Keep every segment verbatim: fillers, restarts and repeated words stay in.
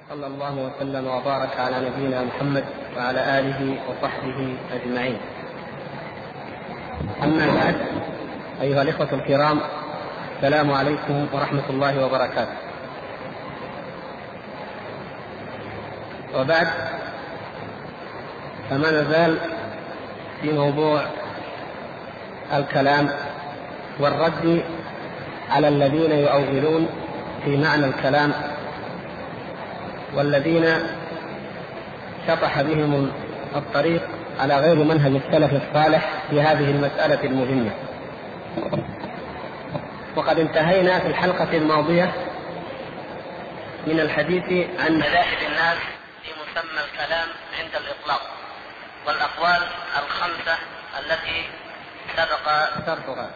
صلى الله وسلم وبارك على نبينا محمد وعلى آله وصحبه أجمعين. أما بعد، أيها الإخوة الكرام، السلام عليكم ورحمة الله وبركاته. وبعد، فما نزال في موضوع الكلام والرد على الذين يؤولون في معنى الكلام والذين شطح بهم الطريق على غير منهج السلف الصالح في هذه المسألة المهمة. وقد انتهينا في الحلقة الماضية من الحديث عن مذاهب الناس في مسمى الكلام عند الإطلاق والأقوال الخمسة التي سبق سردها.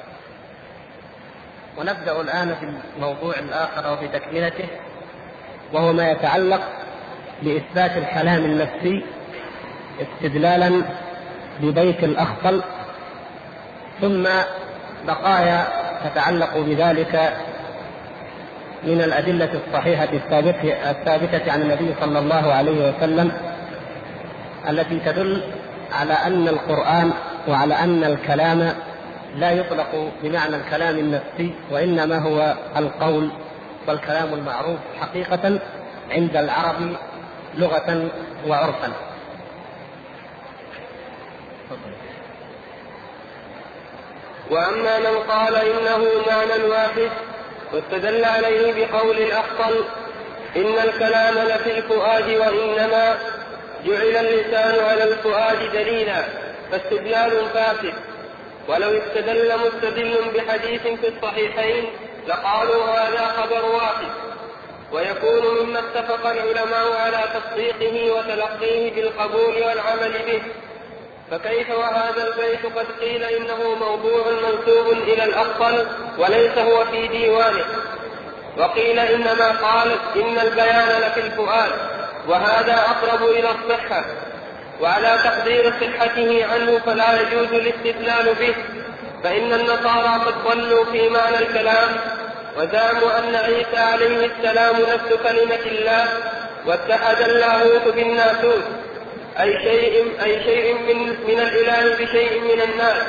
ونبدأ الآن في الموضوع الآخر وفي تكملته، وهو ما يتعلق بإثبات الكلام النفسي استدلالا ببيت الأخطل، ثم بقايا تتعلق بذلك من الأدلة الصحيحة الثابتة عن النبي صلى الله عليه وسلم التي تدل على أن القرآن وعلى أن الكلام لا يطلق بمعنى الكلام النفسي، وإنما هو القول والكلام المعروف حقيقة عند العرب لغة وعرفا. وأما من قال إنه معنى واحد واستدل عليه بقول الأخطل إن الكلام لفي الفؤاد وإنما جعل اللسان على الفؤاد دليلا، فاستدلال فاسد. ولو استدل مستدل بحديث في الصحيحين لقالوا هذا خبر واحد، ويكون مما اتفق العلماء على تصديقه وتلقيه بالقبول والعمل به. فكيف وهذا البيت قد قيل إنه موضوع منسوب إلى الأخطل وليس هو في ديوانه، وقيل إنما قال إن البيان لفي الفؤاد، وهذا أقرب إلى الصحة. وعلى تقدير صحته عنه فلا يجوز الاستدلال به، فإن النصارى قد ضلوا في معنى الكلام وزعموا أن عيسى عليه السلام نفس كلمة الله، واتحد اللاهوت بالناسوت، أي شيء, أي شيء من, من الإله بشيء من الناس.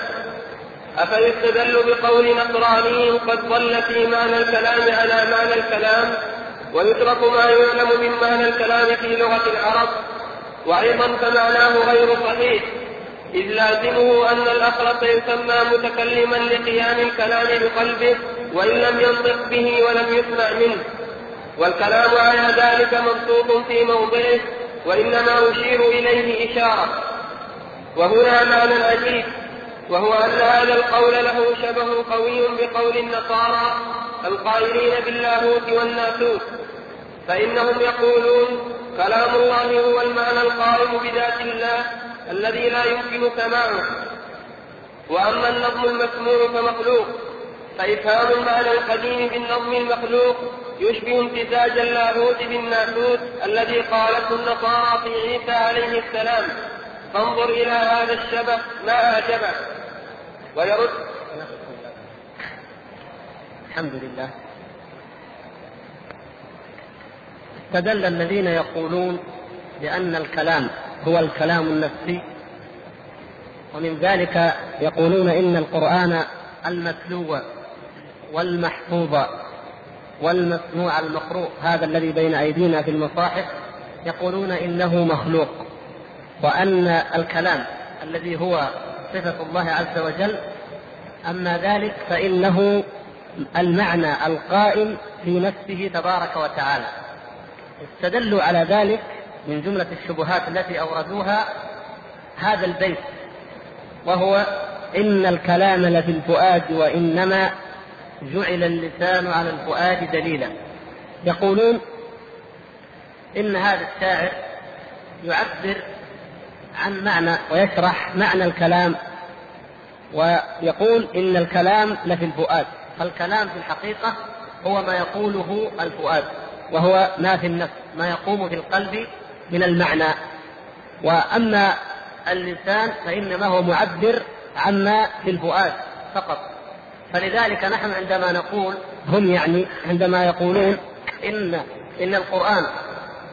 أفيستدل بقول نصراني قد ضل في معنى الكلام على معنى الكلام، ويترك ما يعلم من معنى الكلام في لغة العرب؟ وأيضا فمعناه غير صحيح، إذ لازمه أن الأخرس يسمى متكلما لقيام الكلام بقلبه وإن لم ينطق به ولم يسمع منه، والكلام على ذلك مبسوط في موضعه، وإنما أشير إليه إشارة. وهنا معنى عجيب، وهو أن هذا القول له شبه قوي بقول النصارى القائلين باللاهوت والناسوت، فإنهم يقولون كلام الله هو المعنى القائم بذات الله الذي لا يمكن سماعه. وأما النظم المسموع فمخلوق، فإفهام المعنى القديم بالنظم المخلوق يشبه امتزاج اللاهوت بالناسوت الذي قالته النصارى في عيسى عليه السلام. فانظر إلى هذا الشبه ما أعجبه. ويرد الحمد لله. استدل الذين يقولون بأن الكلام هو الكلام النفسي، ومن ذلك يقولون إن القرآن المتلو والمحفوظ والمسموع المقروء، هذا الذي بين أيدينا في المصاحف، يقولون إنه مخلوق، وأن الكلام الذي هو صفة الله عز وجل أما ذلك فإنه المعنى القائم في نفسه تبارك وتعالى. استدلوا على ذلك من جملة الشبهات التي أوردوها هذا البيت، وهو إن الكلام لفي الفؤاد وإنما جعل اللسان على الفؤاد دليلا. يقولون إن هذا الشاعر يعبر عن معنى ويشرح معنى الكلام، ويقول إن الكلام لفي الفؤاد، فالكلام في الحقيقة هو ما يقوله الفؤاد، وهو ما في النفس، ما يقوم في القلب من المعنى. وأما اللسان فإنما هو معبر عما في الفؤاد فقط. فلذلك نحن عندما نقول، هم يعني عندما يقولون إن إن القرآن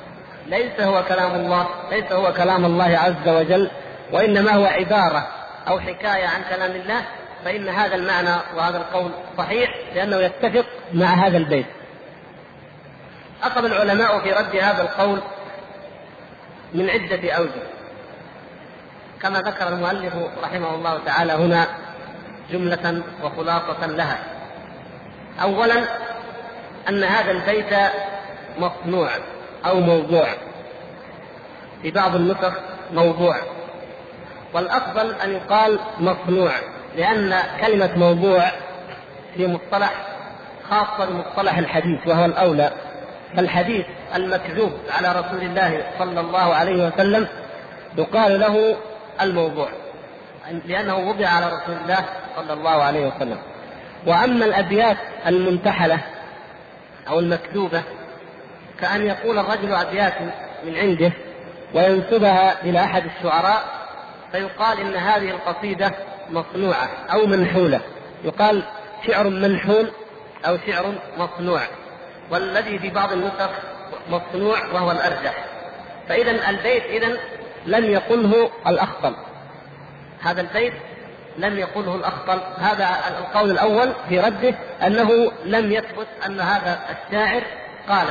ليس هو كلام الله، ليس هو كلام الله عز وجل، وإنما هو عبارة أو حكاية عن كلام الله، فإن هذا المعنى وهذا القول صحيح لأنه يتفق مع هذا البيت. أخذ العلماء في رد هذا القول من عدة أوجه، كما ذكر المؤلف رحمه الله تعالى هنا جملة وخلاصة لها. أولا أن هذا البيت مصنوع أو موضوع، في بعض النسخ موضوع، والأفضل أن يقال مصنوع، لأن كلمة موضوع في مصطلح خاصة بمصطلح الحديث وهو الأولى، فالحديث المكذوب على رسول الله صلى الله عليه وسلم يقال له الموضوع لأنه وضع على رسول الله صلى الله عليه وسلم. وأما الأبيات المنتحلة أو المكذوبة كأن يقول الرجل أبيات من عنده وينسبها إلى أحد الشعراء فيقال إن هذه القصيدة مصنوعة أو منحولة، يقال شعر منحول أو شعر مصنوع، والذي في بعض النسخ مصنوع وهو الأرجح. فإذا البيت إذن لم يقله الأخطل، هذا البيت لم يقله الأخطل. هذا القول الأول في رده أنه لم يثبت أن هذا الشاعر قاله.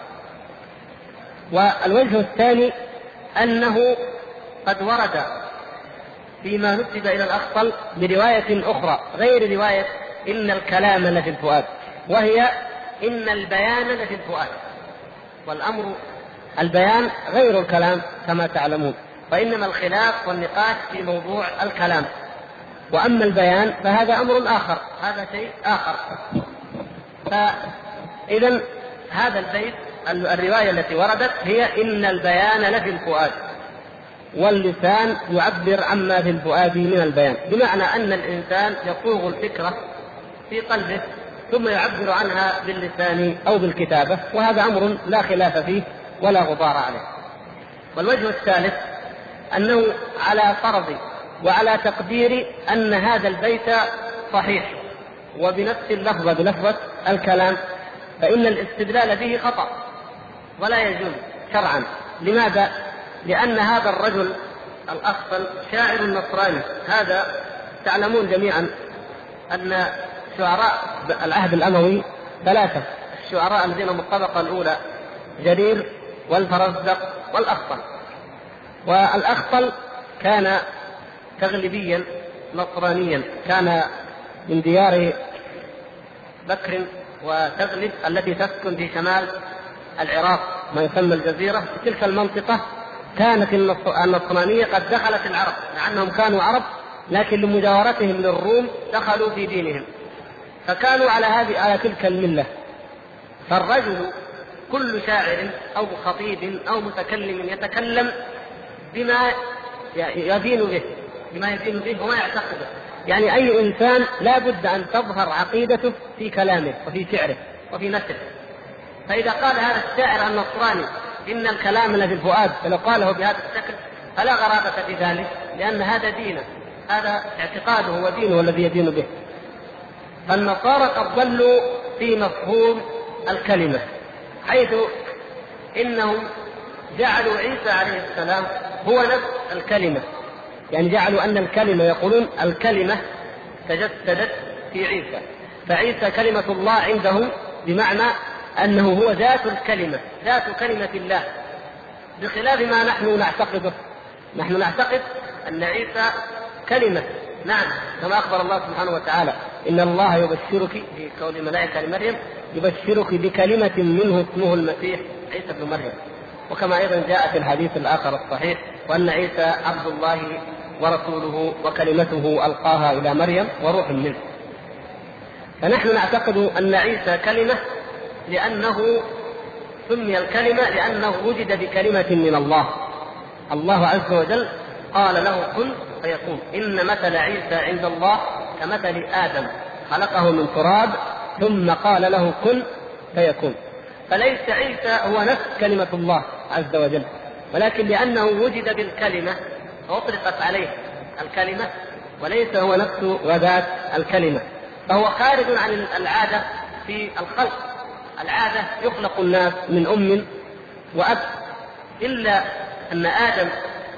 والوجه الثاني أنه قد ورد فيما نسب إلى الأخطل برواية أخرى غير رواية إن الكلام لفي الفؤاد، وهي إن البيان لفي الفؤاد، والأمر البيان غير الكلام كما تعلمون، فإنما الخلاف والنقاش في موضوع الكلام، وأما البيان فهذا أمر آخر، هذا شيء آخر. فإذا هذا البيت الرواية التي وردت هي إن البيان لفي الفؤاد، واللسان يعبر عما في الفؤاد من البيان، بمعنى أن الإنسان يصوغ الفكرة في قلبه ثم يعبر عنها باللسان أو بالكتابة، وهذا أمر لا خلاف فيه ولا غبار عليه. والوجه الثالث أنه على فرض وعلى تقدير أن هذا البيت صحيح وبنفس اللفظة بلفظة الكلام، فإن الاستدلال به خطأ ولا يجوز شرعا. لماذا؟ لأن هذا الرجل الأخطل شاعر نصراني. هذا تعلمون جميعا أن شعراء العهد الأموي ثلاثة، الشعراء الذين هم الطبقة الأولى جرير والفرزدق والأخطل. والأخطل كان تغلبيا نصرانيا، كان من ديار بكر وتغلب التي تسكن في شمال العراق ما يسمى الجزيرة. في تلك المنطقة كانت النصرانية قد دخلت العرب، مع أنهم كانوا عرب لكن لمجاورتهم للروم دخلوا في دينهم، فكانوا على هذه على تلك الملة. فالرجل كل شاعر أو خطيب أو متكلم يتكلم بما يدين به، بما يدين به وما يعتقده. يعني أي إنسان لا بد أن تظهر عقيدته في كلامه وفي شعره وفي نثره. فإذا قال هذا الشاعر النصراني إن الكلام لفي الفؤاد فلو قاله بهذا الشكل فلا غرابة في ذلك، لأن هذا دينه، هذا اعتقاده ودينه الذي يدين به. فالنصارى قد ضلوا في مفهوم الكلمة، حيث إنهم جعلوا عيسى عليه السلام هو نفس الكلمة، يعني جعلوا أن الكلمة، يقولون الكلمة تجسدت في عيسى، فعيسى كلمة الله عندهم، بمعنى أنه هو ذات الكلمة، ذات كلمة الله، بخلاف ما نحن نعتقده. نحن نعتقد أن عيسى كلمة، نعم، كما أخبر الله سبحانه وتعالى إن الله يبشرك في قول الملائكة لمريم يبشرك بكلمة منه اسمه المسيح عيسى بن مريم، وكما أيضا جاء في الحديث الآخر الصحيح وأن عيسى عبد الله ورسوله وكلمته ألقاها إلى مريم وروح منه. فنحن نعتقد أن عيسى كلمة لأنه سمي الكلمة لأنه وجد بكلمة من الله، الله عز وجل قال له كن فيكون. إن مثل عيسى عند الله كمثل آدم خلقه من تراب ثم قال له كن فيكون. فليس عيسى هو نفس كلمة الله عز وجل، ولكن لأنه وجد بالكلمة فأطلقت عليه الكلمة، وليس هو نفسه وذات الكلمة، فهو خارج عن العادة في الخلق. العادة يخلق الناس من أم وأب، إلا أن آدم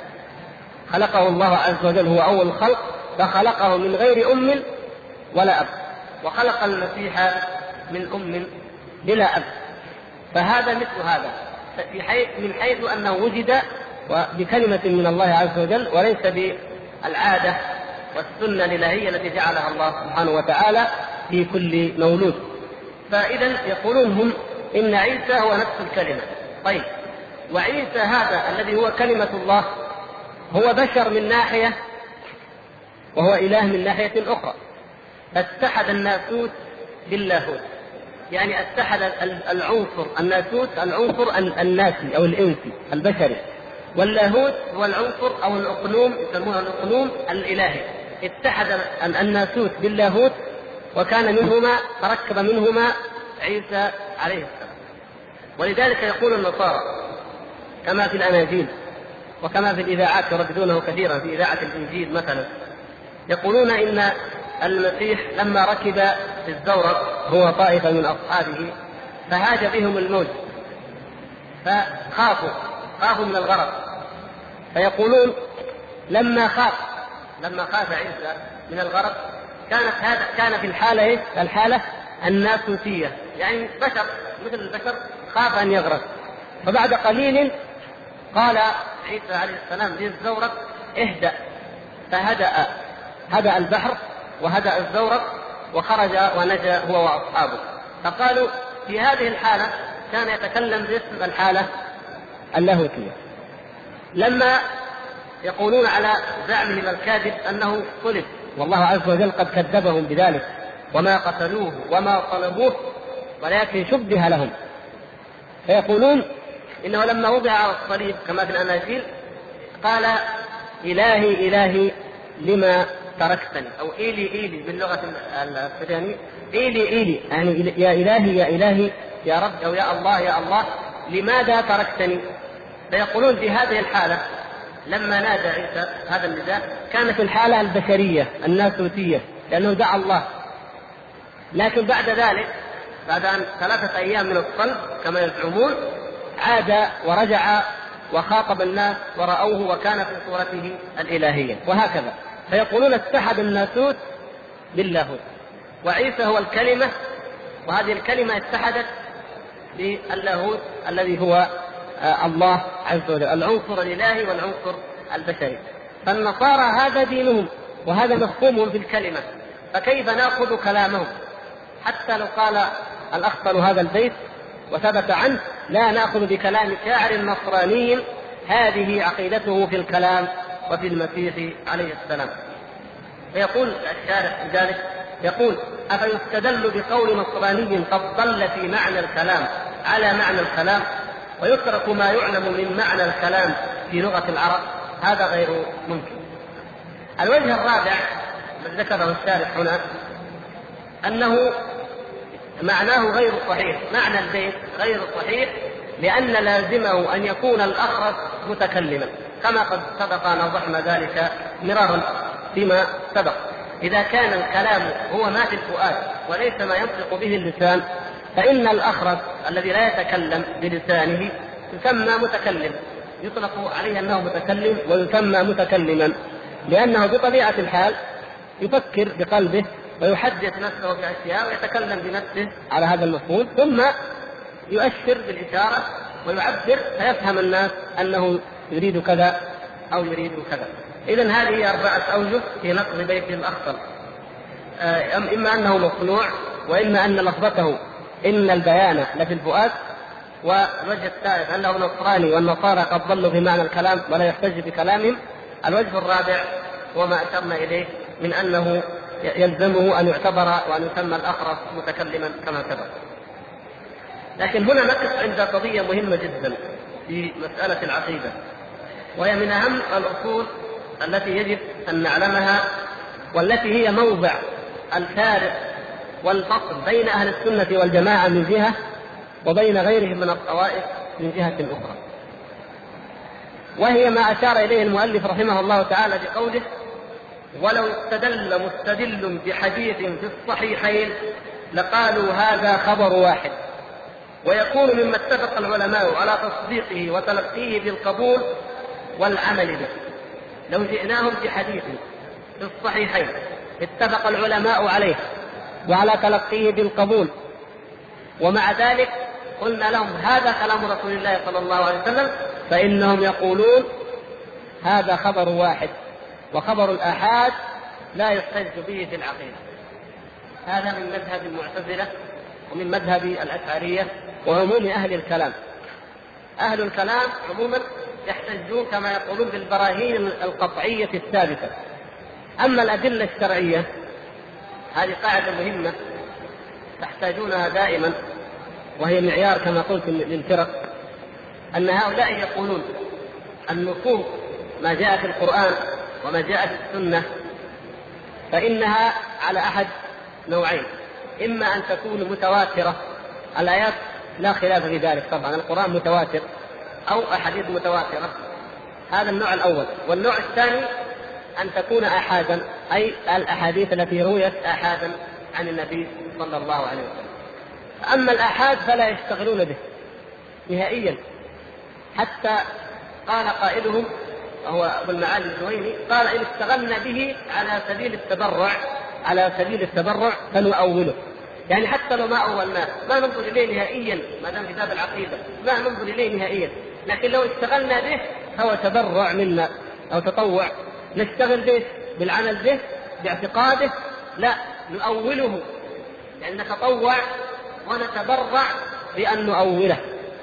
خلقه الله عز وجل هو أول الخلق، فخلقه من غير أم ولا أب، وخلق المسيح من أم بلا أب. فهذا مثل هذا في حيث من حيث أنه وجد بكلمة من الله عز وجل، وليس بالعادة والسنة الإلهية التي جعلها الله سبحانه وتعالى في كل مولود. فإذا يقولون هم إن عيسى هو نفس الكلمة. طيب، وعيسى هذا الذي هو كلمة الله هو بشر من ناحية وهو إله من ناحية أخرى، فاتحد الناسوت باللاهوت، يعني اتحد العنصر الناسوت العنصر الناسي أو الإنسي البشري، واللاهوت هو العنصر أو الأقنوم يسمونها الأقنوم الإلهي. اتحد الناسوت باللاهوت، وكان منهما تركب منهما عيسى عليه السلام. ولذلك يقول النصارى كما في الأناجيل وكما في الإذاعات يرددونه كثيرا في إذاعة الإنجيل مثلا، يقولون إن المسيح لما ركب في الزورق هو طائفة من أصحابه فهاج بهم الموج فخافوا خافوا من الغرق، فيقولون لما خاف لما خاف عيسى من الغرق كانت هذا كان في الحالة إيه؟ الحالة الناسوتية، يعني بشر مثل البشر خاف أن يغرق. فبعد قليل قال عيسى عليه السلام للزورق اهدأ، فهدأ هدأ البحر وهدأ الزورق وخرج ونجا هو وأصحابه. فقالوا في هذه الحالة كان يتكلم باسم الحالة اللاهوتية. لما يقولون على زعمهم الكاذب أنه صلب، والله عز وجل قد كذبهم بذلك، وما قتلوه وما صلبوه ولكن شبه لهم، فيقولون إنه لما وضع على الصليب كما في الأناجيل قال إلهي إلهي لما تركتني، أو إيلي إيلي باللغة السريانية، إيلي إيلي يعني يا إلهي يا إلهي يا رب أو يا الله يا الله لماذا تركتني. فيقولون في هذه الحالة لما نادى عيسى هذا النداء كان في الحالة البشرية الناسوتية لأنه دعا الله، لكن بعد ذلك بعد أن ثلاثة أيام من الصلب كما يزعمون عاد ورجع وخاطب الناس ورأوه وكان في صورته الإلهية، وهكذا. فيقولون اتحد الناسوت باللاهوت، وعيسى هو الكلمة، وهذه الكلمة اتحدت باللاهوت الذي هو الله عز وجل، العنصر الإلهي والعنصر البشري. فالنصارى هذا دينهم وهذا مفهومهم في الكلمة، فكيف نأخذ كلامهم؟ حتى لو قال الأخطل هذا البيت وثبت عنه لا نأخذ بكلام شاعر نصراني هذه عقيدته في الكلام وفي المسيح عليه السلام. فيقول الشارح ذلك يقول أفيستدل بقول نصراني قد ضل في معنى الكلام على معنى الكلام ويترك ما يعلم من معنى الكلام في لغة العرب؟ هذا غير ممكن. الوجه الرابع الذي ذكره الشارح هنا أنه معناه غير صحيح، معنى البيت غير صحيح لأن لازمه أن يكون الأخرس متكلما، كما قد سبق نوضحنا ذلك مرارا فيما سبق. إذا كان الكلام هو ما في الفؤاد وليس ما ينطق به اللسان فإن الأخرس الذي لا يتكلم بلسانه يسمى متكلم، يطلق عليه أنه متكلم ويسمى متكلما، لأنه بطبيعة الحال يفكر بقلبه ويحدث نفسه بأشياء ويتكلم بنفسه على هذا المفهوم، ثم يؤشر بالإشارة ويعبر فيفهم الناس أنه يريد كذا أو يريد كذا. إذن هذه أربعة أوجه في نقض بيت الأخطل، إما أنه مصنوع، وإما أن لفظته إن البيان لفي الفؤاد، والوجه الثالث أنه نصراني والنصارى قد ضلوا في معنى الكلام ولا يحتج بكلامهم. الوجه الرابع هو ما أشرنا إليه من أنه يلزمه أن يعتبر وأن يسمى الأخرس متكلما كما سبق. لكن هنا نقف عند قضية مهمة جدا في مسألة العقيدة، وهي من أهم الأصول التي يجب أن نعلمها، والتي هي موضع الفارق والفصل بين أهل السنة والجماعة من جهة وبين غيرهم من الطوائف من جهة أخرى، وهي ما أشار إليه المؤلف رحمه الله تعالى بقوله ولو استدل مستدل بحديث في الصحيحين لقالوا هذا خبر واحد. ويكون مما اتفق العلماء على تصديقه وتلقيه بالقبول والعمل به. لو جئناهم بحديث في الصحيحين اتفق العلماء عليه وعلى تلقيه بالقبول، ومع ذلك قلنا لهم هذا كلام رسول الله صلى الله عليه وسلم، فإنهم يقولون هذا خبر واحد، وخبر الآحاد لا يحتج به في العقيدة. هذا من مذهب المعتزلة ومن مذهب الأشعرية وعموم أهل الكلام. أهل الكلام عموما يحتجون كما يقولون بالبراهين القطعية الثابتة. أما الأدلة الشرعية هذه قاعدة مهمة تحتاجونها دائما، وهي معيار كما قلت للفرق، أن هؤلاء يقولون النصوص ما جاء في القرآن وما جاء في السنة فإنها على أحد نوعين: إما أن تكون متواترة، الآيات لا خلاف في ذلك طبعا، القرآن متواتر، أو أحاديث متواترة، هذا النوع الأول. والنوع الثاني أن تكون آحادا، أي الأحاديث التي رويت آحادا عن النبي صلى الله عليه وسلم. أما الآحاد فلا يشتغلون به نهائيا، حتى قال قائلهم وهو أبو المعالي الجويني قال: إن اشتغلنا به على سبيل التبرع على سبيل التبرع فنؤوله، يعني حتى لو ما أولناه ما ننظر إليه نهائيا، ما دام في باب العقيدة ما ننظر إليه نهائيا، لكن لو اشتغلنا به فهو تبرع منا أو تطوع، نشتغل به بالعمل به باعتقاده، لا نؤوله، لأن نتطوع ونتبرع بأن نؤوله.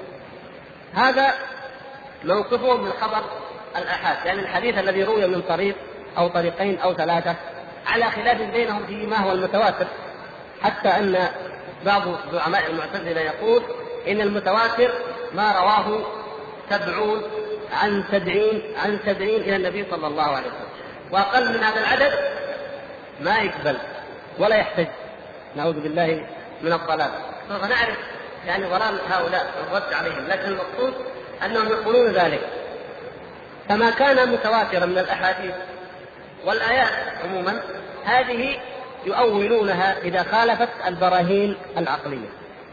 هذا موقفهم من خبر الآحاد، يعني الحديث الذي روي من طريق أو طريقين أو ثلاثة على خلاف بينهم في ما هو المتواتر، حتى أن بعض زعماء المعتزلة يقول إن المتواتر ما رواه سبعون عن سبعين عن سبعين إلى النبي صلى الله عليه وسلم، وأقل من هذا العدد ما يقبل ولا يحتج، نعوذ بالله من الضلال. سوف نعرف يعني ضلال هؤلاء الرد عليهم، لكن المقصود أنهم يقولون ذلك. فما كان متواترا من الأحاديث والآيات عموما هذه يؤولونها إذا خالفت البراهين العقلية،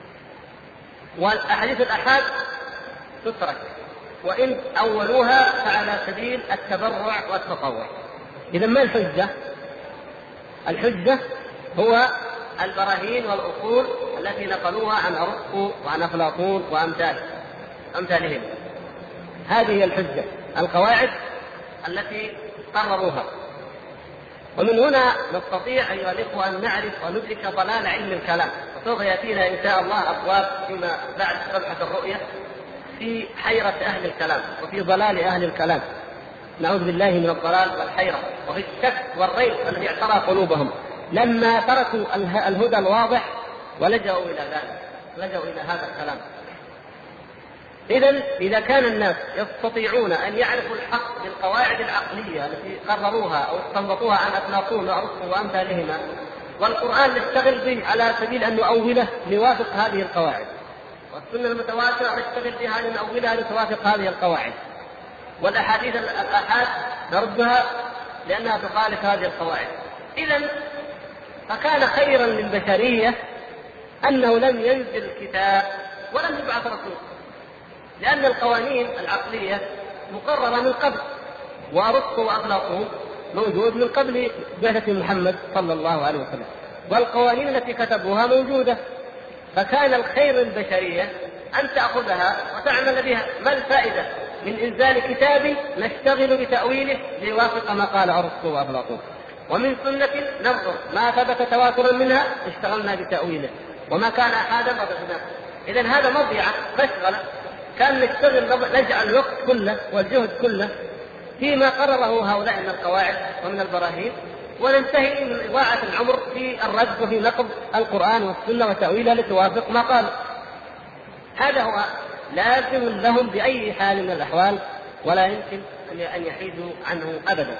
والأحاديث الآحاد تترك، وإن أولوها فعلى سبيل التبرع والتطوع. إذا ما الحجة؟ الحجة هو البراهين والأصول التي نقلوها عن أرسطو وعن أفلاطون وأمثال أمثالهم، هذه هي الحجة، القواعد التي قرروها. ومن هنا نستطيع أيها الإخوة أن نعرف وندرك ضلال علم الكلام، وسوف يأتينا إن شاء الله أبواب فيما بعد صفحة الرؤية في حيرة أهل الكلام وفي ضلال أهل الكلام، نعوذ بالله من الضلال والحيرة وفي الشك والريب الذي اعترى قلوبهم لما تركوا الهدى الواضح ولجأوا إلى ذلك، لجأوا إلى هذا الكلام. إذن إذا كان الناس يستطيعون أن يعرفوا الحق بالقواعد العقلية التي قرروها أو استنبطوها عن أفلاطون وأرسطو وأمثالهما، والقرآن نشتغل به على سبيل أن نؤوله ليوافق هذه القواعد، والسنة المتواترة نشتغل بها لنؤولها لتوافق هذه القواعد، والأحاديث الآحاد نردها لأنها تخالف هذه القواعد، إذن فكان خيرا للبشرية أنه لم ينزل الكتاب ولم يبعث رسول، لأن القوانين العقلية مقررة من قبل، وأرسطو وأفلاطون موجود من قبل بعثة محمد صلى الله عليه وسلم، والقوانين التي كتبوها موجودة، فكان الخير للبشرية أن تأخذها وتعمل بها. ما الفائدة من إنزال كتاب نشتغل بتأويله ليوافق ما قال أرسطو وأفلاطون، ومن سنة ننظر ما ثبت تواترا منها اشتغلنا بتأويله، وما كان أحدا رددناه. إذن هذا مضيعة مشغلة، كان نشتغل نجعل الوقت كله والجهد كله فيما قرره هؤلاء من القواعد ومن البراهين، وننتهي من إضاعة العمر في الرد وفي نقض القرآن والسنة وتأويلها لتوافق ما قال. هذا هو لازم لهم بأي حال من الأحوال، ولا يمكن أن يحيدوا عنه أبدا.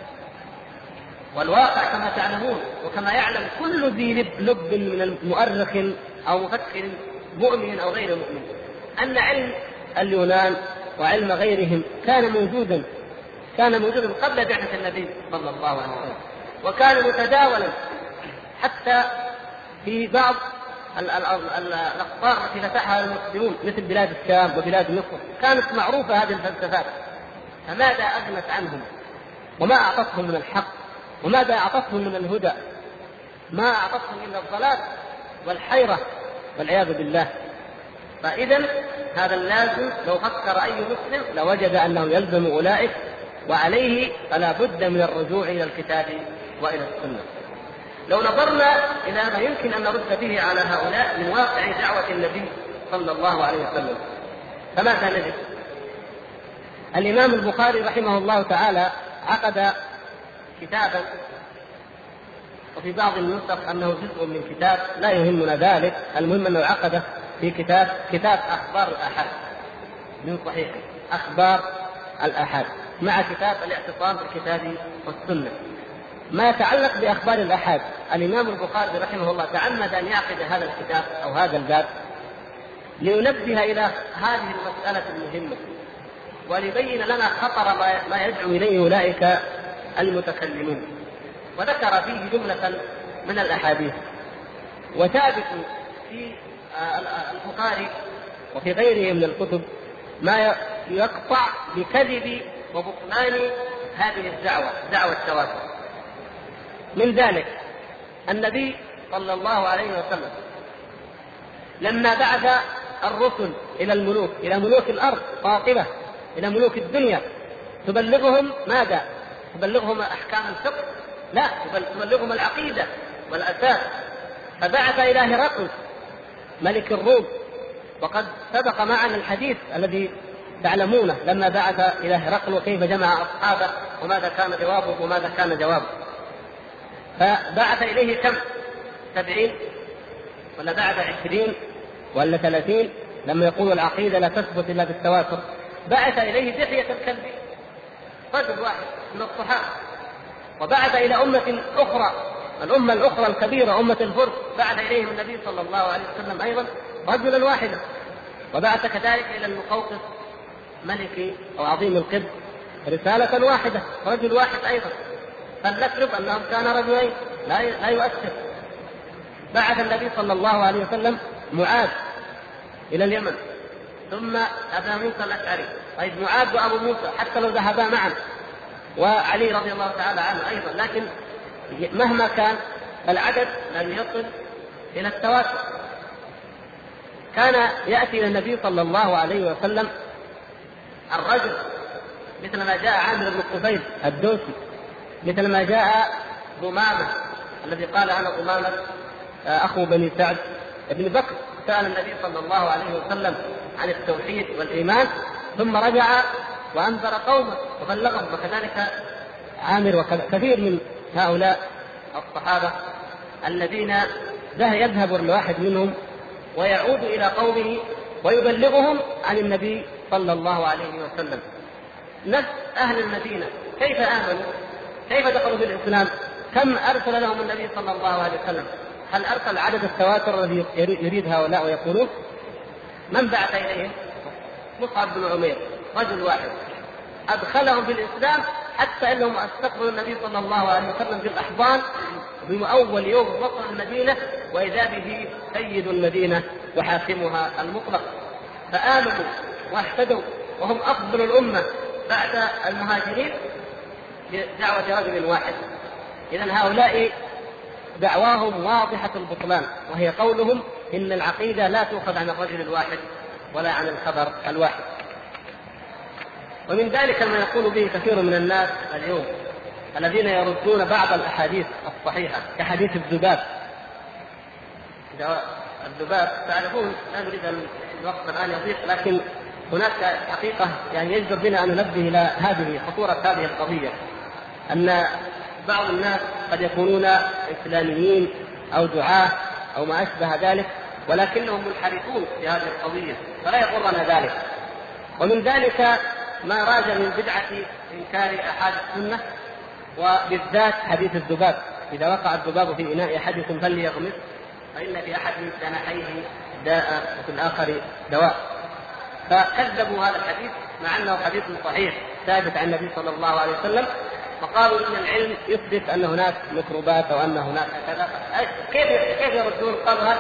والواقع كما تعلمون وكما يعلم كل ذي لب من المؤرخ أو مفكر مؤمن أو غير مؤمن أن علم اليونان وعلم غيرهم كان موجودا كان موجودا قبل بعثة النبي صلى الله عليه وسلم، وكان متداولا حتى في بعض الأقطار التي فتحها المسلمون مثل بلاد الشام وبلاد مصر كانت معروفة هذه الفلسفات، فماذا أغنت عنهم؟ وما أعطتهم من الحق؟ وماذا أعطتهم من الهدى؟ ما أعطتهم إلا الضلال والحيرة والعياذ بالله. فإذا هذا اللازم لو فكر أي مسلم لوجد أنه يلزم أولئك، وعليه فلا بد من الرجوع إلى الكتاب وإلى السنة. لو نظرنا إلى ما يمكن أن نرد به على هؤلاء من واقع دعوة النبي صلى الله عليه وسلم فماذا نجد؟ الإمام البخاري رحمه الله تعالى عقد كتابا، وفي بعض النسخ أنه جزء من كتاب، لا يهمنا ذلك، المهم أنه عقده في كتاب كتاب أخبار الآحاد من صحيح أخبار الآحاد مع كتاب الاعتصام بالكتاب والسنة. ما يتعلق بأخبار الآحاد الإمام البخاري رحمه الله تعمد أن يعقد هذا الكتاب أو هذا الباب لينبه إلى هذه المسألة المهمة، وليبين لنا خطر ما يدعو إليه أولئك المتكلمون. وذكر فيه جملة من الأحاديث، وثابت في البخاري وفي غيره من الكتب ما يقطع بكذب وبطلان هذه الدعوة، دعوة التواتر. من ذلك النبي صلى الله عليه وسلم لما بعث الرسل إلى الملوك، إلى ملوك الأرض قاطبة، إلى ملوك الدنيا، تبلغهم ماذا؟ تبلغهم أحكام الفقه؟ لا، تبلغهم العقيدة والأساس. فبعث إلى هرقل ملك الروم، وقد سبق معنا الحديث الذي تعلمونه لما بعث إلى هرقل وكيف جمع أصحابه وماذا كان جوابه وماذا كان جوابه. فبعث إليه كم؟ سبعين ولا بعث عشرين ولا ثلاثين؟ لما يقول العقيدة لا تثبت إلا بالتواتر. بعث إليه دحية الكلب، رجل واحد من الصحابة. وبعث إلى أمة أخرى، الأمة الأخرى الكبيرة أمة الفرس، بعث إليهم النبي صلى الله عليه وسلم أيضا رجلا واحدا. وبعث كذلك إلى المقوقس ملك أو عظيم القبط رسالة واحدة، رجل واحد أيضا. فلنفرض أنهم كان رجلين، لا يؤثر. بعث النبي صلى الله عليه وسلم معاذ إلى اليمن، ثم أبا موسى الأشعري. طيب معاذ وأبو موسى حتى لو ذهبا معا، وعلي رضي الله تعالى عنه أيضا، لكن مهما كان العدد لم يصل إلى التواتر. كان يأتي إلى النبي صلى الله عليه وسلم الرجل مثل ما جاء عامر بن الطفيل الدوسي، مثل ما جاء ضمامة الذي قال أنا ضمامة أخو بني سعد بن بكر، سأل النبي صلى الله عليه وسلم عن التوحيد والإيمان ثم رجع وأنذر قومه وبلغهم. وكذلك عامر وكثير من هؤلاء الصحابة الذين يذهب الواحد منهم ويعود إلى قومه ويبلغهم عن النبي صلى الله عليه وسلم. نفس أهل المدينة كيف آمنوا؟ كيف دخلوا في الإسلام؟ كم أرسل لهم النبي صلى الله عليه وسلم؟ هل أرسل عدد التواتر الذي يريد هؤلاء ويقولون؟ من بعث إليهم؟ مصعب بن عمير، رجل واحد أدخلهم في الإسلام، حتى إنهم استقبلوا النبي صلى الله عليه وسلم بالأحضان بأول يوم وصل المدينة، وإذا به سيد المدينة وحاكمها المطلق. فآمنوا واهتدوا وهم أفضل الأمة بعد المهاجرين بدعوة رجل واحد. إذن هؤلاء دعواهم واضحة البطلان، وهي قولهم إن العقيدة لا تؤخذ عن الرجل الواحد ولا عن الخبر الواحد. ومن ذلك ما يقول به كثير من الناس اليوم الذين يردون بعض الأحاديث الصحيحة كحديث الذباب. الذباب تعرفون، لا نريد أن الوقت الآن يضيق، لكن هناك حقيقة يعني يجب بنا أن ننبه إلى هذه خطورة هذه القضية، أن بعض الناس قد يكونون إسلاميين أو دعاة أو ما أشبه ذلك، ولكنهم منحرفون في هذه القضية، فلا يغرنا ذلك. ومن ذلك ما راج من بدعة إنكار أحد السنة، وبالذات حديث الذباب. إذا وقع الذباب في إناء أحدكم فليغمس، فإن في أحد جناحيه داء وفي الآخر دواء. فكذبوا هذا الحديث مع أنه حديث صحيح ثابت عن النبي صلى الله عليه وسلم، فقالوا إن العلم يثبت أن هناك ميكروبات أو أن هناك كذا. كيف كيف يردون؟ قالوا هذا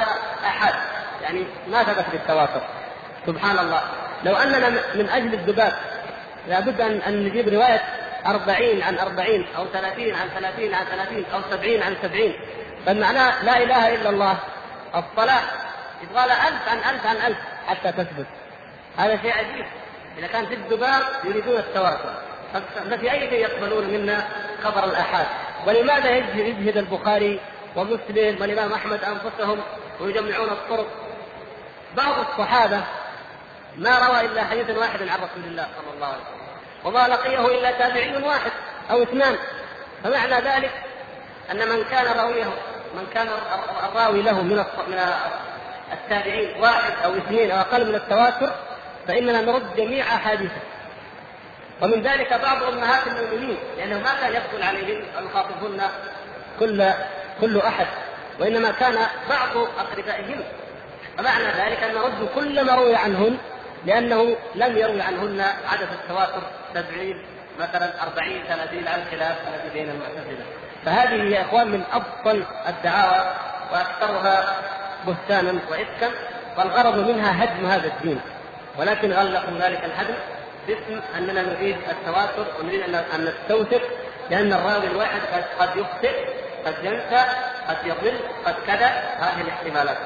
آحاد يعني ما ثبت بالتواتر. سبحان الله، لو أننا من أجل الذباب لابد أن نجيب رواية أربعين عن أربعين أو ثلاثين عن ثلاثين عن ثلاثين أو سبعين عن سبعين، فالمعنى لا إله إلا الله. الصلاة يبغى لها ألف عن ألف عن ألف حتى تثبت. هذا شيء عجيب. إذا كان في الذباب يريدون التواتر، ففي أي شيء يقبلون منا خبر الآحاد؟ ولماذا يجهد البخاري ومسلم والإمام أحمد أنفسهم ويجمعون الطرق؟ بعض الصحابة ما روى إلا حديث واحد عن رسول الله صلى الله عليه وسلم، وما لقيه إلا تابعي واحد أو اثنان. فمعنى ذلك أن من كان راويه من كان الراوي له من من التابعين واحد أو اثنين أو أقل من التواتر فإننا نرد جميع أحاديثه. ومن ذلك بعض أمهات المؤمنين، لأنه ما كان يدخل عليهم أن يخاطبون كل كل أحد، وإنما كان بعض أقربائهم، فمعنى ذلك أن نرد كل ما روي عنهن، لأنه لم يروي عنهن عدد التواتر سبعين مثلا أربعين ثلاثين على الخلاف الذي بين المعتزلة. فهذه يا إخوان من أبطل الدعاوى وأكثرها بهتانا وإفكا، والغرض منها هدم هذا الدين، ولكن غلقوا ذلك الهدم باسم أننا نريد التواتر ونريد أن نستوثق، لأن الراوي الواحد قد يخطئ، قد ينسى، قد يضل، قد كذا، هذه الاحتمالات.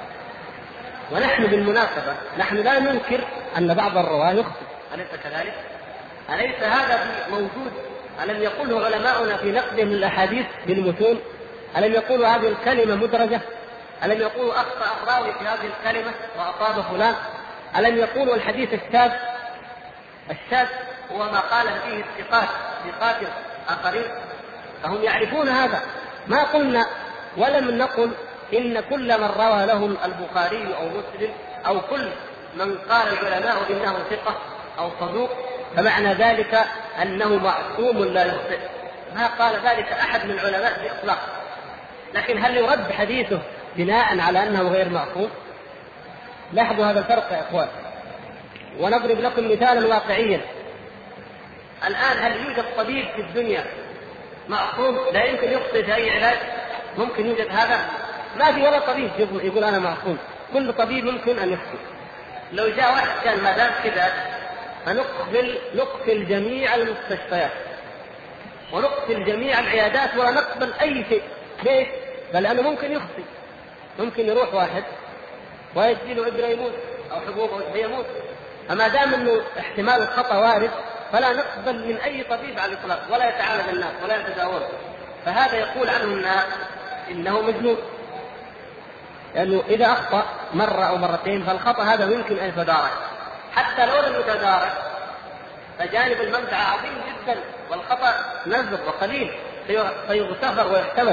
ونحن بالمناسبة نحن لا ننكر أن بعض الرواة يخطئ، أليس كذلك؟ أليس هذا موجود؟ ألم يقوله علماؤنا في نقدهم للأحاديث بالمتون؟ ألم يقولوا هذه الكلمة مدرجة؟ ألم يقولوا أخطأ الراوي في هذه الكلمة وأصاب فلان؟ ألم يقولوا الحديث الشاذ؟ الشاذ هو ما قال فيه الثقات ثقات آخرين، فهم يعرفون هذا. ما قلنا ولم نقل إن كل من روى لهم البخاري أو مسلم أو كل من قال العلماء إنه ثقة أو صدوق فمعنى ذلك أنه معصوم لا يخطئ. ما قال ذلك أحد من العلماء بإطلاق. لكن هل يرد حديثه بناء على أنه غير معصوم؟ لاحظوا هذا الفرق يا إخوان، ونضرب لكم مثالا واقعيا. الآن هل يوجد طبيب في الدنيا معصوم لا يمكن يخطئ في أي علاج؟ ممكن يوجد هذا؟ ما في ولا طبيب يقول أنا معصوم، كل طبيب ممكن أن يخطئ. لو جاء واحد كان ما دام كذا فنقفل نقفل جميع المستشفيات ونقفل جميع العيادات ولا نقبل أي شيء. ليش؟ بل لأنه ممكن يخطئ، ممكن يروح واحد ويجي له إبرة يموت أو حبوب يموت، فما دام أنه احتمال الخطأ وارد فلا نقبل من أي طبيب على الإطلاق ولا يتعامل الناس ولا يتداول. فهذا يقول عنه الناس إنه مجنون، لأنه يعني إذا أخطأ مرة أو مرتين فالخطأ هذا يمكن أن يتدارك، حتى لو لم يتدارك فجانب المنفعة عظيم جدا والخطأ نزل وقليل فيغتفر ويحتمل.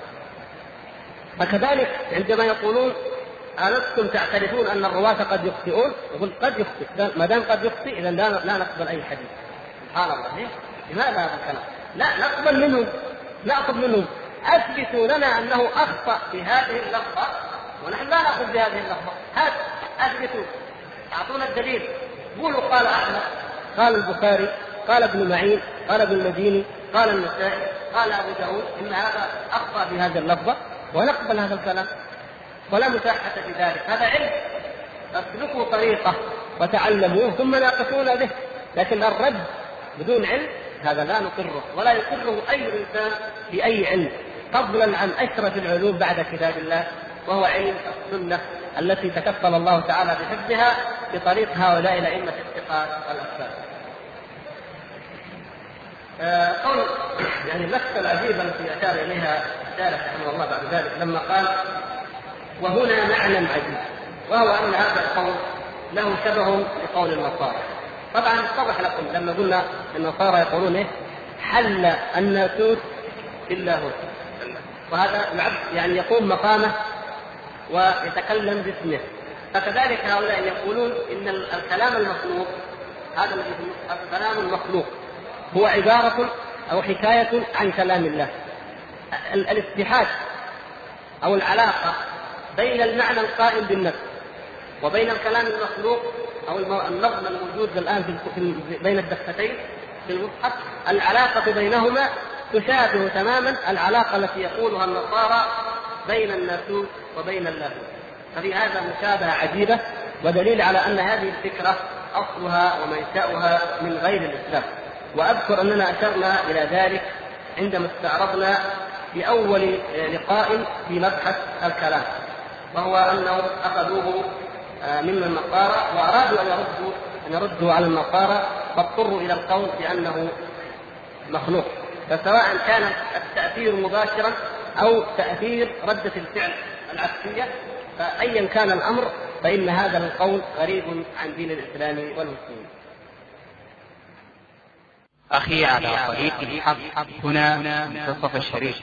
فكذلك عندما يقولون ألستم تعترفون أن الرواة قد يخطئون؟ يقول قد يخطئ، ما دام قد يخطئ إذا لا, لا نقبل أي حديث. سبحان الله، لماذا هذا الكلام؟ لا نقبل منهم، نأخذ منهم. أثبتوا لنا أنه أخطأ في هذه اللفظة ونحن لا نأخذ بهذه اللفظة. هات أثبتوا، أعطونا الدليل. قولوا قال أحمد، قال البخاري، قال ابن معين، قال ابن المديني، قال النسائي، قال أبو داود إن هذا أخطأ في هذه اللفظة ونقبل هذا الكلام ولا مساحة في ذلك. هذا علم، اسلكوا طريقه وتعلموه ثم ناقشونا به. لكن الرد بدون علم هذا لا نقره ولا يقره أي إنسان بأي علم، فضلا عن أشرف العلوم بعد كتاب الله وهو علم السنة التي تكفل الله تعالى بحفظها بطريق هؤلاء الأئمة الثقات والأسباب. آه قول يعني المسألة العجيبة التي أشار إليها الشارح رحمه الله بعد ذلك لما قال وهنا معنى عجيب، وهو أن هذا القول له شبه لقول النصارى. طبعا اتضح لكم لما قلنا النصارى يقولون إيه؟ حل الناسوت باللاهوت، وهذا العبد يعني يقوم مقامه ويتكلم باسمه. فكذلك هؤلاء يقولون إن الكلام المخلوق هذا الكلام المخلوق هو عبارة أو حكاية عن كلام الله. الاتحاد أو العلاقة بين المعنى القائم بالنفس وبين الكلام المخلوق أو النظم الموجود الآن في بين الدفتين في المصحف، العلاقة بينهما تشابه تماما العلاقة التي يقولها النصارى بين الناسوت وبين اللاهوت. ففي هذا مشابهة عجيبة ودليل على أن هذه الفكرة أصلها ومنشأها من غير الإسلام. وأذكر أننا أشرنا إلى ذلك عندما استعرضنا في أول لقاء في مبحث الكلام، وهو أنهم أخذوه من النصارى وأرادوا أن يردوا, أن يردوا على النصارى فاضطروا إلى القول بأنه مخلوق. فسواء كان التأثير مباشرا أو تأثير ردة الفعل العكسية، فأيا كان الأمر فإن هذا القول غريب عن دين الإسلام والمسلمين. أخي على طريق الحق هنا منتصف الشريف.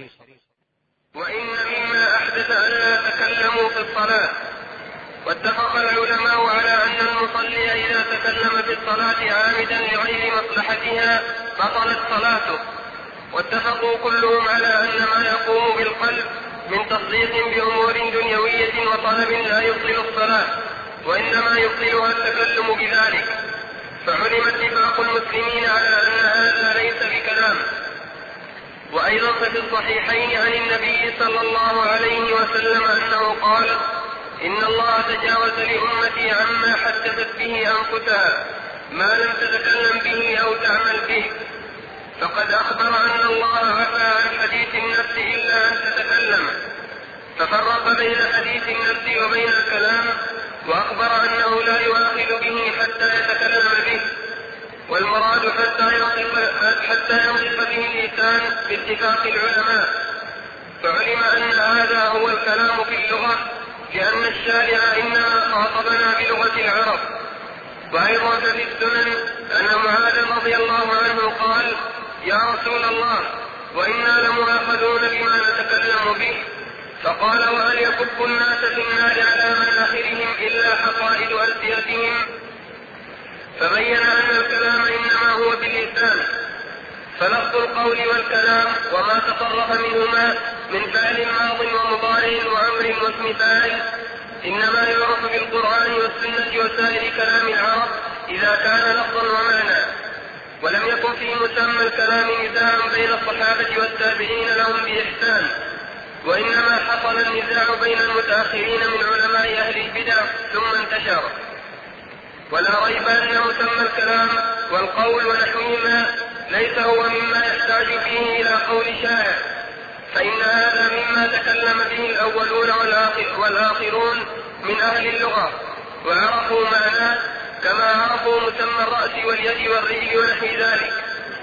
وإن مما أحدث أن لا تكلموا في الصلاة. واتفق العلماء على أن المصلي إذا تكلم في الصلاة عامدا لغير مصلحتها بطلت صلاته. واتفقوا كلهم على أن ما يقوم بالقلب من تصديق بأمور دنيوية وطلب لا يبطل الصلاة، وإنما يبطلها التكلم بذلك. فعلم اتفاق المسلمين على أن هذا ليس بكلام. وأيضا ففي الصحيحين عن النبي صلى الله عليه وسلم أنه قال: إن الله تجاوز لأمتي عما حدثت به أنفسها ما لم تتكلم به أو تعمل به. فقد أخبر أن الله عفى عن حديث النفس إلا أن تتكلم، ففرق بين حديث النفس وبين الكلام، وأخبر أنه لا يؤاخذ به حتى يتكلم به، والمراد حتى ينطق حتى ينطق به اللسان باتفاق العلماء. فعلم أن هذا هو الكلام في اللغة، لأن الشارع إنما خاطبنا بلغة العرب. وأيضا في السنن أن معاذ رضي الله عنه قال: يا رسول الله، وإنا لمؤاخذون بما نتكلم به. فقال: وهل يكب الناس في النار على مناخرهم إلا حصائد ألسنتهم؟ فبين أن الكلام إنما هو باللسان. فلفظ القول والكلام وما تصرف منهما من فعل ماض ومضارع وأمر واسم فاعل إنما يعرف بالقرآن والسنة وسائر كلام العرب إذا كان لفظا ومعنى. ولم يكن في مسمى الكلام نزاع بين الصحابة والتابعين لهم بإحسان، وإنما حصل النزاع بين المتأخرين من علماء أهل البدع ثم انتشر. ولا ريب أن مسمى الكلام والقول ونحوهما ليس هو مما يحتاج فيه إلى قول شاعر، فإن هذا مما تكلم به الأولون والآخرون من أهل اللغة وعرفوا معناه، كما عرفوا مسمى الرأس واليد والرجل ونحو ذلك.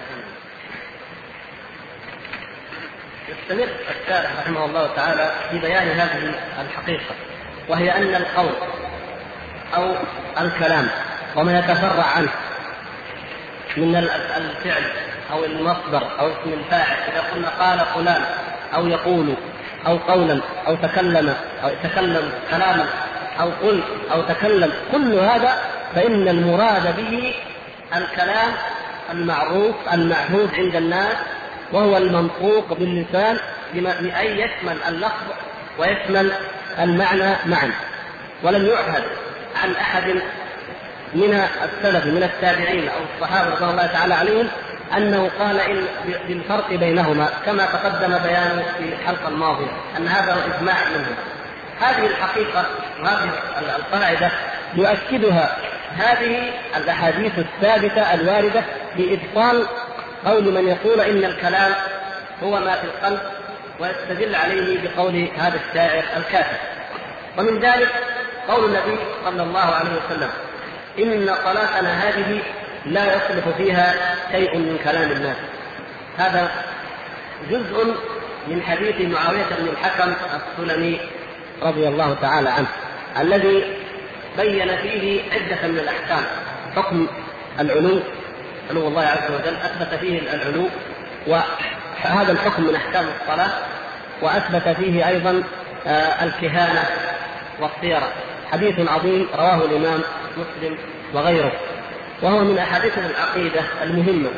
يستمر الشارح رحمه الله تعالى في بيان هذه الحقيقة، وهي أن القول أو الكلام وما يتفرع عنه من الفعل أو المصدر أو اسم الفاعل، إذا قلنا قال فلان أو يقول أو قولا أو تكلم أو تكلم كلاما أو قل أو تكلم، كل هذا فإن المراد به الكلام المعروف المعهود عند الناس، وهو المنطوق باللسان لأن يشمل اللفظ ويشمل المعنى معا. ولم يعهد عن أحد من السلف من التابعين أو الصحابة رضي الله تعالى عليهم أنه قال إن بالفرق بينهما، كما تقدم بيانه في الحلقة الماضية أن هذا هو إجماع منهم. هذه الحقيقة وهذه القاعدة يؤكدها هذه الأحاديث الثابتة الواردة بإبطال قول من يقول إن الكلام هو ما في القلب، ويستدل عليه بقول هذا الشاعر الكافر. ومن ذلك قول النبي صلى الله عليه وسلم: إن صلاتنا هذه لا يصلح فيها شيء من كلام الناس. هذا جزء من حديث معاوية بن الحكم السلمي رضي الله تعالى عنه، الذي بين فيه عدة من الأحكام. حكم العلو، علو الله عز وجل أثبت فيه العلو، وهذا الحكم من أحكام الصلاة، وأثبت فيه أيضا الكهانة والصيرة. حديث عظيم رواه الإمام مسلم وغيره، وهو من أحاديث العقيدة المهمة.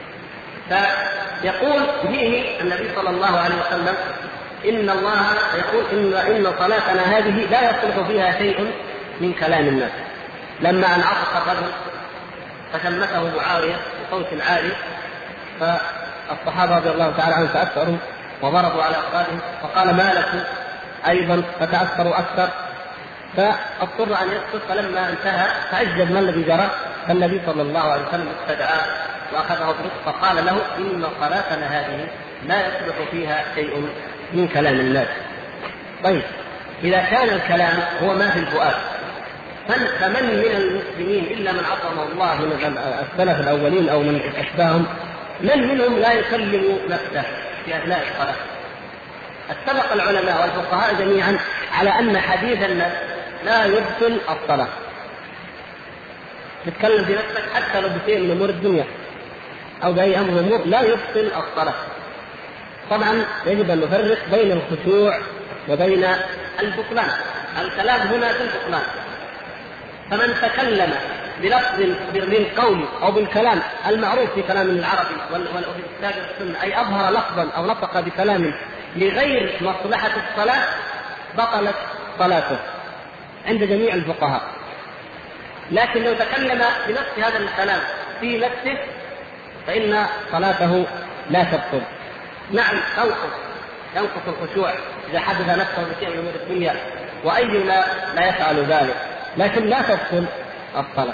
فيقول فيه النبي صلى الله عليه وسلم: إن الله يقول إن, إن صلاتنا هذه لا يصلح فيها شيء من كلام الناس. لما أن عطف الرجل فشمته معاوية بصوت عالي، فالصحابة رضي الله تعالى عنهم تأثروا وضربوا على أفخاذهم، فقال: ما لكم أيضا؟ فتأثروا أكثر، فاضطر أن يسكت، فلما انتهى تعجب ما الذي جرى، فالنبي صلى الله عليه وسلم استدعاه وأخذه برفق فقال له إن صلاتنا هذه لا يصلح فيها شيء من كلام الناس. طيب إذا كان الكلام هو ما في الفؤاد، فمن من المسلمين إلا من عصمه الله من السلف الأولين أو من أشباههم، من منهم لا يكلم نفسه في أثناء الصلاة؟ اتفق العلماء والفقهاء جميعا على أن حديث النفس لا يبطل الصلاة. تتكلم في نفسك حتى لو بشيء من أمور الدنيا أو بأي أمر أمور لا يبطل الصلاة. طبعا يجب أن نفرق بين الخشوع وبين البطلان. الكلام هنا في البطلان، فمن تكلم بلفظ بالقول أو بالكلام المعروف في كلام العربي وفي الكتاب والسنة، أي أظهر لفظا أو نطق بكلام لغير مصلحة الصلاة، بطلت صلاته عند جميع الفقهاء. لكن لو تكلم بنفس هذا الكلام في نفسه فإن صلاته لا تبطل. نعم تنقص ينقص الخشوع إذا حدث نفسه بشيء من أمور الدنيا، وأينا لا يفعل ذلك، لكن لا تبطل الصلاة.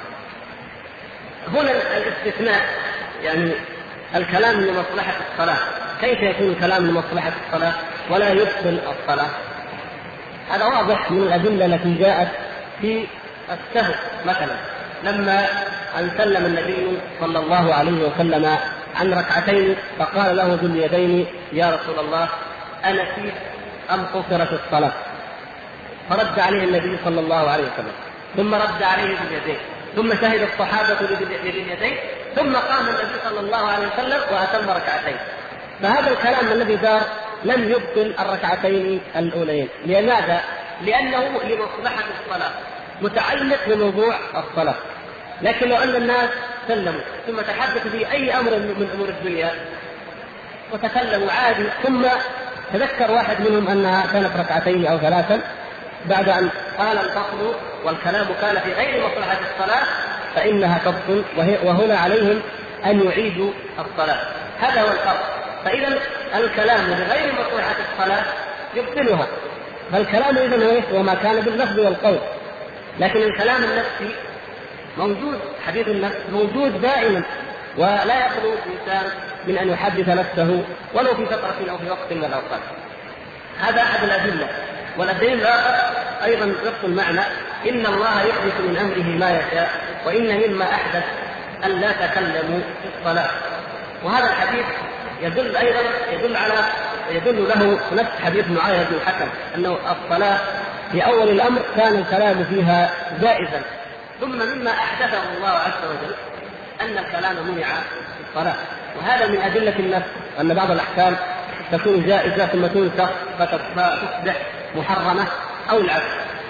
هنا الاستثناء، يعني الكلام لمصلحة الصلاة، كيف يكون الكلام لمصلحة الصلاة ولا يبطل الصلاة؟ هذا واضح من الأدلة التي جاءت في السهو. مثلا لما أن سلم النبي صلى الله عليه وسلم عن ركعتين فقال له ذو اليدين يا رسول الله أنسيت أم قصرت الصلاة؟ فرد عليه النبي صلى الله عليه وسلم، ثم رد عليه باليدين، ثم شهد الصحابة باليدين، ثم قام النبي صلى الله عليه وسلم وأتم ركعتين. فهذا الكلام الذي دار لم يبطل الركعتين الأولين. لماذا؟ لأنه لمصلحة الصلاة، متعلق بموضوع الصلاة. لكن لو أن الناس سلموا ثم تحدثوا في أي أمر من أمور الدنيا وتكلموا عادي، ثم تذكر واحد منهم أنها كانت ركعتين أو ثلاثا بعد أن قال الفصل والكلام كان في غير مصلحة الصلاة، فإنها تبطل، وهنا عليهم أن يعيدوا الصلاة. هذا هو الفرق. فإذا الكلام لغير مصلحة الصلاة يبطلها، فالكلام إذن هو وما كان باللفظ والقول. لكن الكلام النفسي موجود، حديث النفس موجود دائما، ولا يخلو الإنسان من أن يحدث نفسه ولو في فترة أو في وقت من الأوقات. هذا أحد الأدلة. والدليل الآخر أيضا نفس المعنى، إن الله يحدث من أمره ما يشاء، وإن مما أحدث أن لا تكلموا في الصلاة. وهذا الحديث يدل أيضا يدل على يدل له نفس حديث معاذ بن الحكم أنه الصلاة في أول الأمر كان الكلام فيها جائزا، ثم مما أحدثه الله عز وجل أن الكلام منع في الصلاة. وهذا من أدلة النفس، أن بعض الأحكام تكون جائزة ثم تنسخ فتصبح محرمة أو العكس.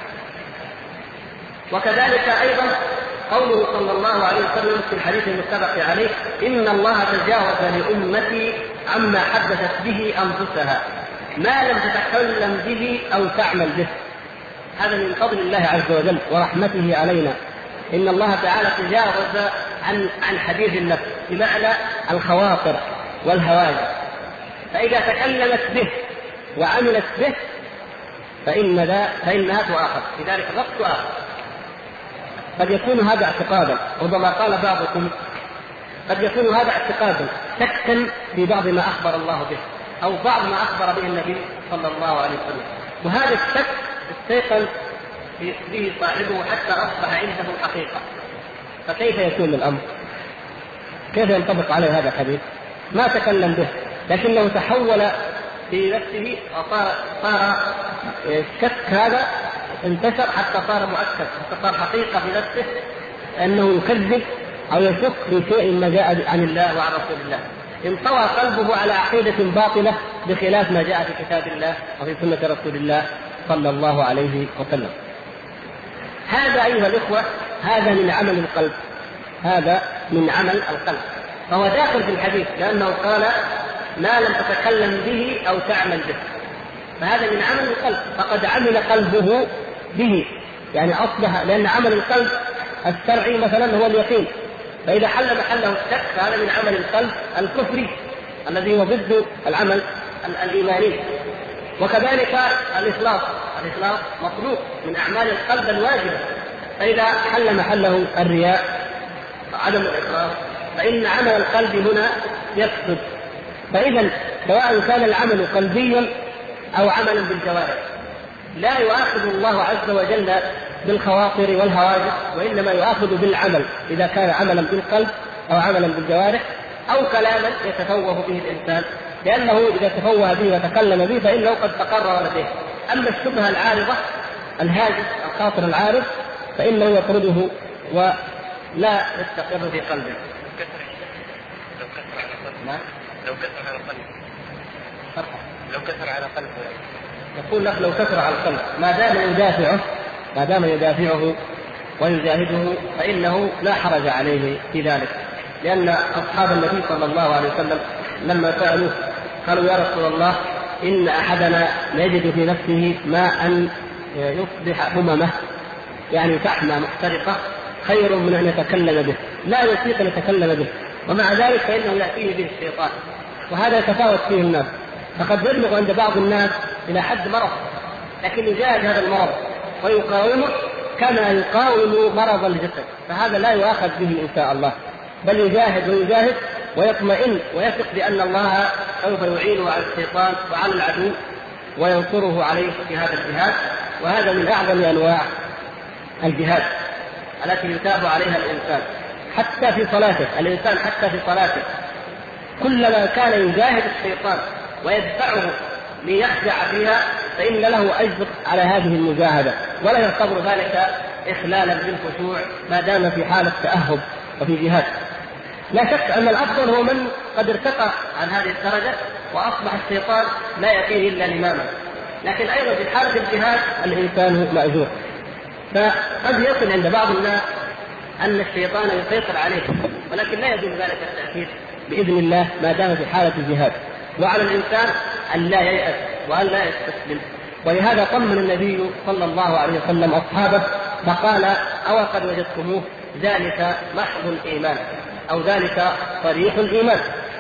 وكذلك أيضا قوله صلى الله عليه وسلم في الحديث المتفق عليه إن الله تجاوز لأمتي عما حدثت به أنفسها ما لم تتكلم به أو تعمل به. هذا من فضل الله عز وجل ورحمته علينا، إن الله تعالى تجاوز عن عن حديث النفس بمعنى الخواطر والهواجس، فإذا تكلمت به وعملت به فإن ذا فإنها تؤاخذ، لذلك غصب آخر. قد يكون هذا اعتقادا، ربما قال بعضكم قد يكون هذا اعتقادا شكا في بعض ما أخبر الله به أو بعض ما أخبر به النبي صلى الله عليه وسلم، وهذا الشك استيقن به صاحبه حتى أصبح عنده حقيقة. فكيف يكون الأمر؟ كيف ينطبق عليه هذا الحديث؟ ما تكلم به لكنه تحول في نفسه وصار صار الشك هذا انتشر حتى صار مؤكد، حتى صار حقيقة في نفسه أنه يكذب أو يشك في شيء ما جاء عن الله وعن رسول الله. انطوى قلبه على عقيدة باطلة بخلاف ما جاء في كتاب الله وفي سنة رسول الله صلى الله عليه وسلم. هذا أيها الإخوة هذا من عمل القلب، هذا من عمل القلب، فهو داخل في الحديث لأنه قال ما لم تتكلم به أو تعمل به، فهذا من عمل القلب، فقد عمل قلبه به، يعني أصبح، لأن عمل القلب الشرعي مثلا هو اليقين، فإذا حل محله الشك فهذا من عمل القلب الكفري الذي هو ضد العمل الإيماني. وكذلك الإخلاص، الإخلاص مطلوب من أعمال القلب الواجبة، فإذا حل محله الرياء عدم الإخلاص فإن عمل القلب هنا يفسد. فإذا سواء كان العمل قلبيا أو عملا بالجوارح لا يؤاخذ الله عز وجل بالخواطر والهواجس، وإنما يؤاخذ بالعمل إذا كان عملا بالقلب أو عملا بالجوارح أو كلاما يتفوه به الإنسان، لأنه إذا تفوه به وتكلم به فإنه قد تقرر لديه. أما الشبهة العارضة الهاجس الخاطر العارض فإنه يطرده ولا يستقر في قلبه. لو كثر على قلبه لو كثر على قلبه لو كثر على قلبه يقول لك لو كثر على القلب ما دام يدافعه ما دام يدافعه ويجاهده فإنه لا حرج عليه في ذلك، لأن أصحاب النبي صلى الله عليه وسلم لما سألوه قالوا يا رسول الله إن أحدنا يجد في نفسه ماء يصبح هممه يعني فحمة محترقة خير من أن يتكلم به، لا يطيق أن يتكلم به، ومع ذلك فإنه يأتيه به الشيطان، وهذا يتفاوت فيه الناس. فقد يبلغ عند بعض الناس إلى حد مرض، لكن يجاهد هذا المرض ويقاومه كما يقاوم مرض الجسد، فهذا لا يؤاخذ به إن شاء الله، بل يجاهد ويجاهد ويطمئن ويثق بأن الله سوف يعينه على الشيطان وعلى العدو وينصره عليه في هذا الجهاد. وهذا من أعظم أنواع الجهاد التي يتاب عليها الإنسان حتى في صلاته. الإنسان حتى في صلاته كلما كان يجاهد الشيطان ويدفعه ليخدع فيها فإن له أجر على هذه المجاهدة، ولا يعتبر ذلك إخلالا بالخشوع ما دام في حالة تأهب وفي جهاد. لا شك أن الأفضل هو من قد ارتقى عن هذه الدرجة وأصبح الشيطان لا يأتيه إلا لماما، لكن أيضا في حالة الجهاد الإنسان مأجور. فقد يصل عند بعض الناس أن الشيطان يسيطر عليه، ولكن لا يدوم ذلك التأثير بإذن الله ما دام في حالة الجهاد، وعلى الإنسان أن لا ييأس وأن لا يستسلم. ولهذا طمن النبي صلى الله عليه وسلم أصحابه فقال أو قد وجدتموه ذلك محض الإيمان أو ذلك صريح الإيمان.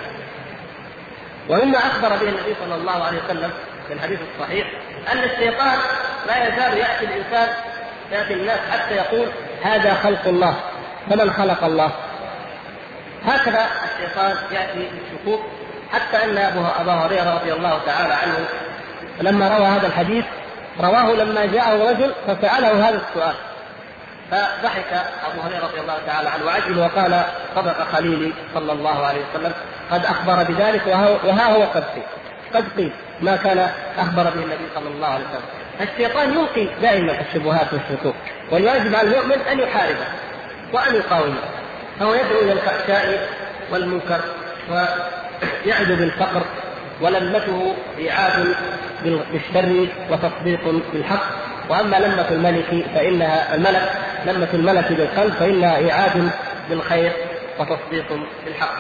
ومما أخبر به النبي صلى الله عليه وسلم في الحديث الصحيح أن الشيطان لا يزال يأتي الإنسان يأتي الناس حتى يقول هذا خلق الله فمن خلق الله. هكذا الشيطان يأتي بالشكوك، حتى أن أبا هريرة رضي الله تعالى عنه لما روى هذا الحديث رواه لما جاءه رجل فسأله هذا السؤال، فضحك أبو هريرة رضي الله تعالى عنه وعجل وقال صدق خليلي صلى الله عليه وسلم قد أخبر بذلك وها هو قد قيل قد قيل ما كان أخبر به النبي صلى الله عليه وسلم. الشيطان يلقي دائما الشبهات والشكوك، والواجب على المؤمن أن يحاربه وأن يقاومه. فهو يدعو إلى الفحشاء والمنكر ويعد بالفقر، ولمته إيعاد بالشر وتصديق بالحق. وأما لمة الملك فإنها الملك لمة الملك بالقلب فإنها إيعاد بالخير وتصديق بالحق.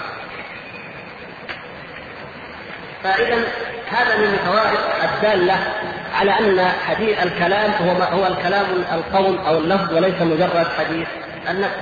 فإذا هذا من الفوائد الدالة على أن حديث الكلام هو هو الكلام القول أو اللفظ وليس مجرد حديث النفس.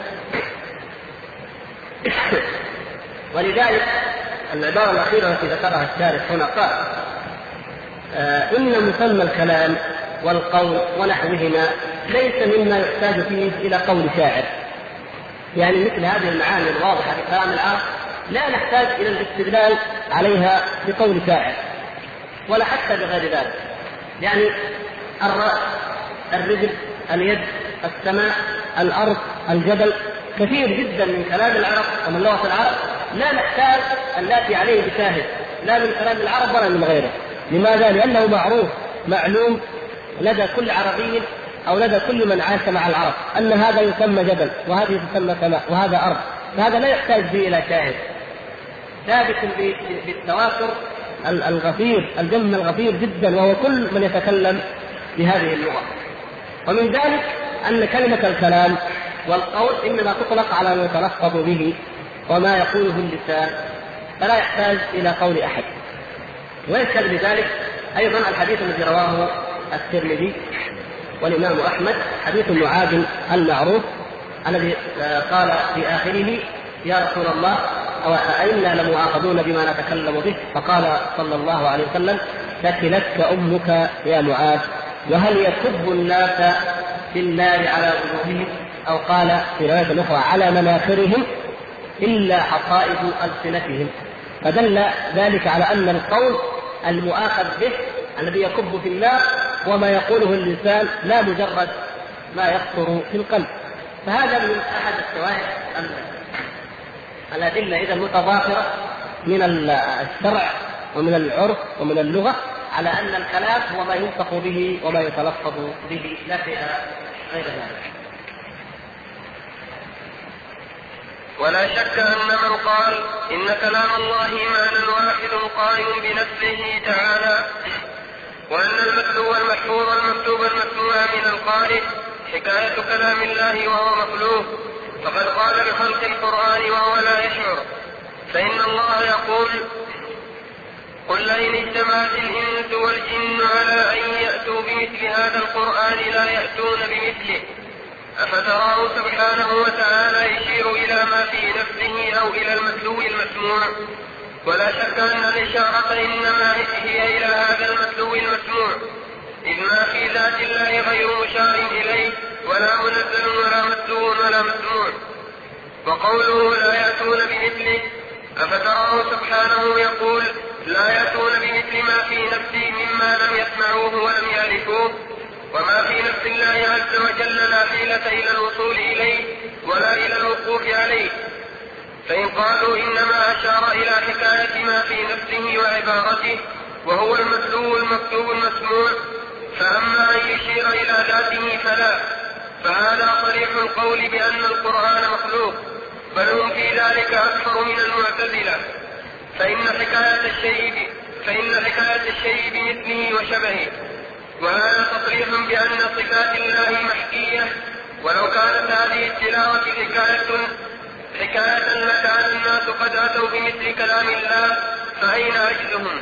ولذلك العبارة الأخيرة التي ذكرها الشارح هنا قال آه إن مسمى الكلام والقول ونحوهما ليس مما يحتاج فيه إلى قول شاعر. يعني مثل هذه المعاني الواضحة في كلام العرب لا نحتاج إلى الاستدلال عليها بقول شاعر ولا حتى بغير ذلك. يعني الرأس، الرجل، اليد، السماء، الأرض، الجبل، كثير جدا من كلام العرب ومن لغة العرب لا نحتاج أن نأتي عليه بشاهد لا من كلام العرب ولا من غيره. لماذا؟ لأنه معروف معلوم لدى كل عربي أو لدى كل من عاش مع العرب أن هذا يسمى جبل وهذه تسمى سماء وهذا أرض، فهذا لا يحتاج به إلى شاهد. ثابت بالتواتر الغفير الجم الغفير جدا، وهو كل من يتكلم بهذه اللغة. ومن ذلك أن كلمة الكلام والقول إنما تطلق على ما يتلفظ به وما يقوله اللسان، فلا يحتاج إلى قول أحد. ويشهد بذلك أيضا الحديث الذي رواه الترمذي والإمام أحمد، حديث معاذ المعروف الذي قال في آخره يا رسول الله أئنا لمؤاخذون بما نتكلم به؟ فقال صلى الله عليه وسلم ثكلتك أمك يا معاذ وهل يكب الناس في النار على وجوههم، أو قال في رواية أخرى على مناخرهم إلا حصائد ألسنتهم. فدل ذلك على أن القول المؤاخذ به الذي يكب في النار وما يقوله اللسان لا مجرد ما يخطر في القلب. فهذا من أحد الشواهد الأدلة إذا متضافرة من الشرع ومن العرف ومن اللغة على أن الكلام هو ما ينطق به وما يتلفظ به، لا شيء غير ذلك. ولا شك أن من قال إن كلام الله معنى واحد قائم بنفسه تعالى، وأن المتلو المحفوظ المكتوب المسموع من القارئ حكاية كلام الله وهو مخلوق، فقد قال بخلق القرآن وهو لا يشعر. فإن الله يقول: قل لئن اجتمعت الإنس والجن على أن يأتوا بمثل هذا القرآن لا يأتون بمثله. أفتراه سبحانه وتعالى يشير إلى ما في نفسه أو إلى المتلو المسموع؟ ولا شك أن الإشارة إنما هي إلى هذا المتلو المسموع، إذ ما في ذات الله غير مشار إليه ولا منزل ولا متلو ولا مسموع. وقوله لا يأتون بمثله، أفتراه سبحانه يقول: لا يأتون بمثل ما في نفسي مما لم يسمعوه ولم يعرفوه، وما في نفس الله عز وجل لا حيلة إلى الوصول إليه ولا إلى الوقوف عليه. فإن قالوا إنما أشار إلى حكاية ما في نفسه وعبارته وهو المتلو المكتوب المسموع، فأما أن يشير إلى ذاته فلا، فهذا صريح القول بأن القرآن مخلوق، بل هم في ذلك أكثر من المعتزلة. فإن حكاية الشيء فإن حكاية الشيء بمثله وشبهه، وهذا تصريح بأن صفات الله محكية، ولو كانت هذه التلاوة حكاية حكاية لكان الناس قد أتوا بمثل كلام الله، فأين عجزهم؟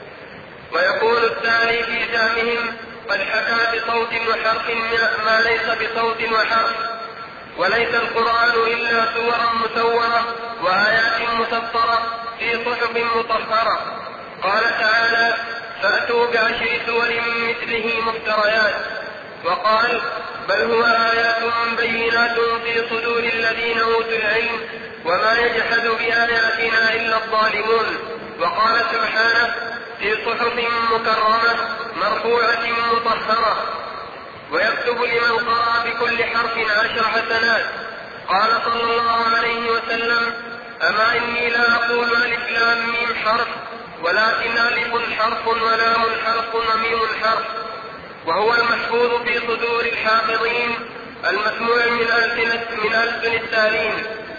ويقول الثاني في زعمهم: قد حكى بصوت وحرف ما ليس بصوت وحرف، وليس القرآن إلا سورا مسورة وآيات مسطرة في صحف مطهرة. قال تعالى: فأتوا بعشر سور مثله مفتريات. وقال: بل هو آيات بينات في صدور الذين أوتوا العلم وما يجحد بآياتنا إلا الظالمون. وقال سبحانه: في صحف مكرمة مرفوعة مطهرة. ويكتب لمن قرأ بكل حرف عشر حسنات. قال صلى الله عليه وسلم: أما إني لا أقول ألف لام ميم حرف، ولكن ألف حرف ولام حرف وميم حرف، وهو المحفوظ في صدور الحافظين المسموع من ألسن من ألسن التالين.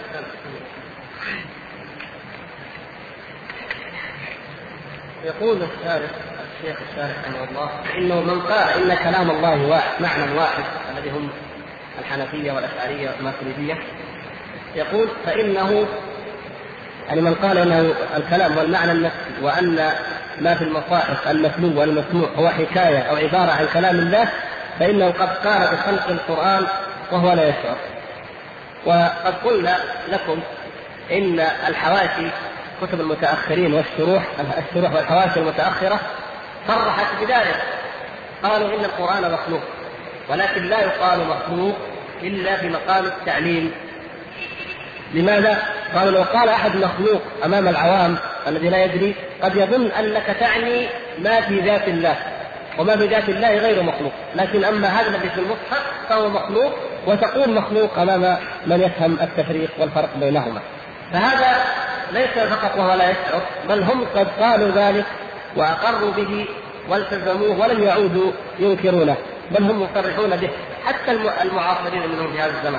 يقول الشارح الشيخ الشارح رحمه الله إنه من قال إن كلام الله واحد معنى واحد، الذي هم الحنفية والأشعرية والماتريدية، يقول فإنه يعني من قال إنه الكلام والمعنى النفسي، وأن ما في المصاحف المتلو والمسموع هو حكاية أو عبارة عن كلام الله، فإنه قد قال بخلق القرآن وهو لا يشعر. وقد قلنا لكم إن الحواشي كتب المتأخرين والشروح الشروح والحواشي المتأخرة صرحت بذلك، قالوا إن القرآن مخلوق، ولكن لا يقال مخلوق إلا في مقام التعليل. لماذا؟ قالوا لو قال أحد مخلوق أمام العوام الذي لا يدري قد يظن أنك تعني ما في ذات الله، وما في ذات الله غير مخلوق، لكن أما هذا الذي في المصحف فهو مخلوق، وتقول مخلوق أمام من يفهم التفريق والفرق بينهما. فهذا ليس فقط وهو لا يشعر، بل هم قد قالوا ذلك وأقروا به والتزموه ولم يعودوا ينكرونه، بل هم مصرحون به حتى المعاصرين منهم في هذا الزمان.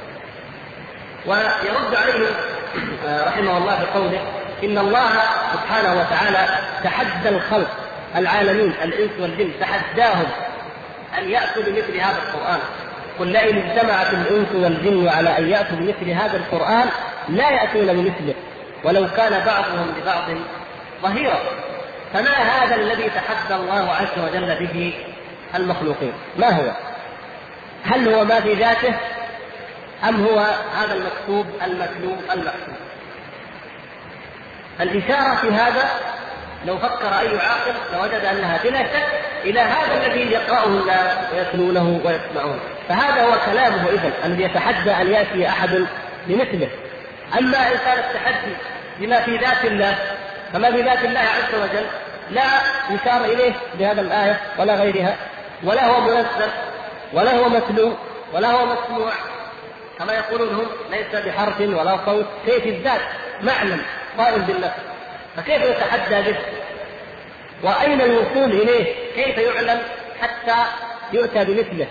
ويرد عليه رحمه الله بقوله إن الله سبحانه وتعالى تحدى الخلق العالمين الإنس والجن، تحداهم أن يأتوا بمثل هذا القرآن. قل لئن اجتمعت الإنس والجن على أن يأتوا بمثل هذا القرآن لا يأتون بمثله ولو كان بعضهم لبعض ظهيرا. فما هذا الذي تحدى الله عز وجل به المخلوقين؟ ما هو؟ هل هو ما في ذاته أم هو هذا المكتوب المتلو المكتوب؟ الإشارة في هذا لو فكر أي عاقل لوجد أنها بلا شك إلى هذا الذي يقرأه الناس ويتلونه ويسمعون. فهذا هو كلامه إذن الذي يتحدى أن يأتي أحد بمثله. أما إن كان التحدي بما في ذات الله، فما في ذات الله عز وجل لا يشار إليه بهذا الآية ولا غيرها، ولا هو منزل ولا هو متلو ولا هو مسموع كما يقولون هم، ليس بحرف ولا صوت، كيف الذات معنى قائم بالنفس، فكيف يتحدى به؟ وأين الوصول إليه؟ كيف يعلم حتى يؤتى بمثله؟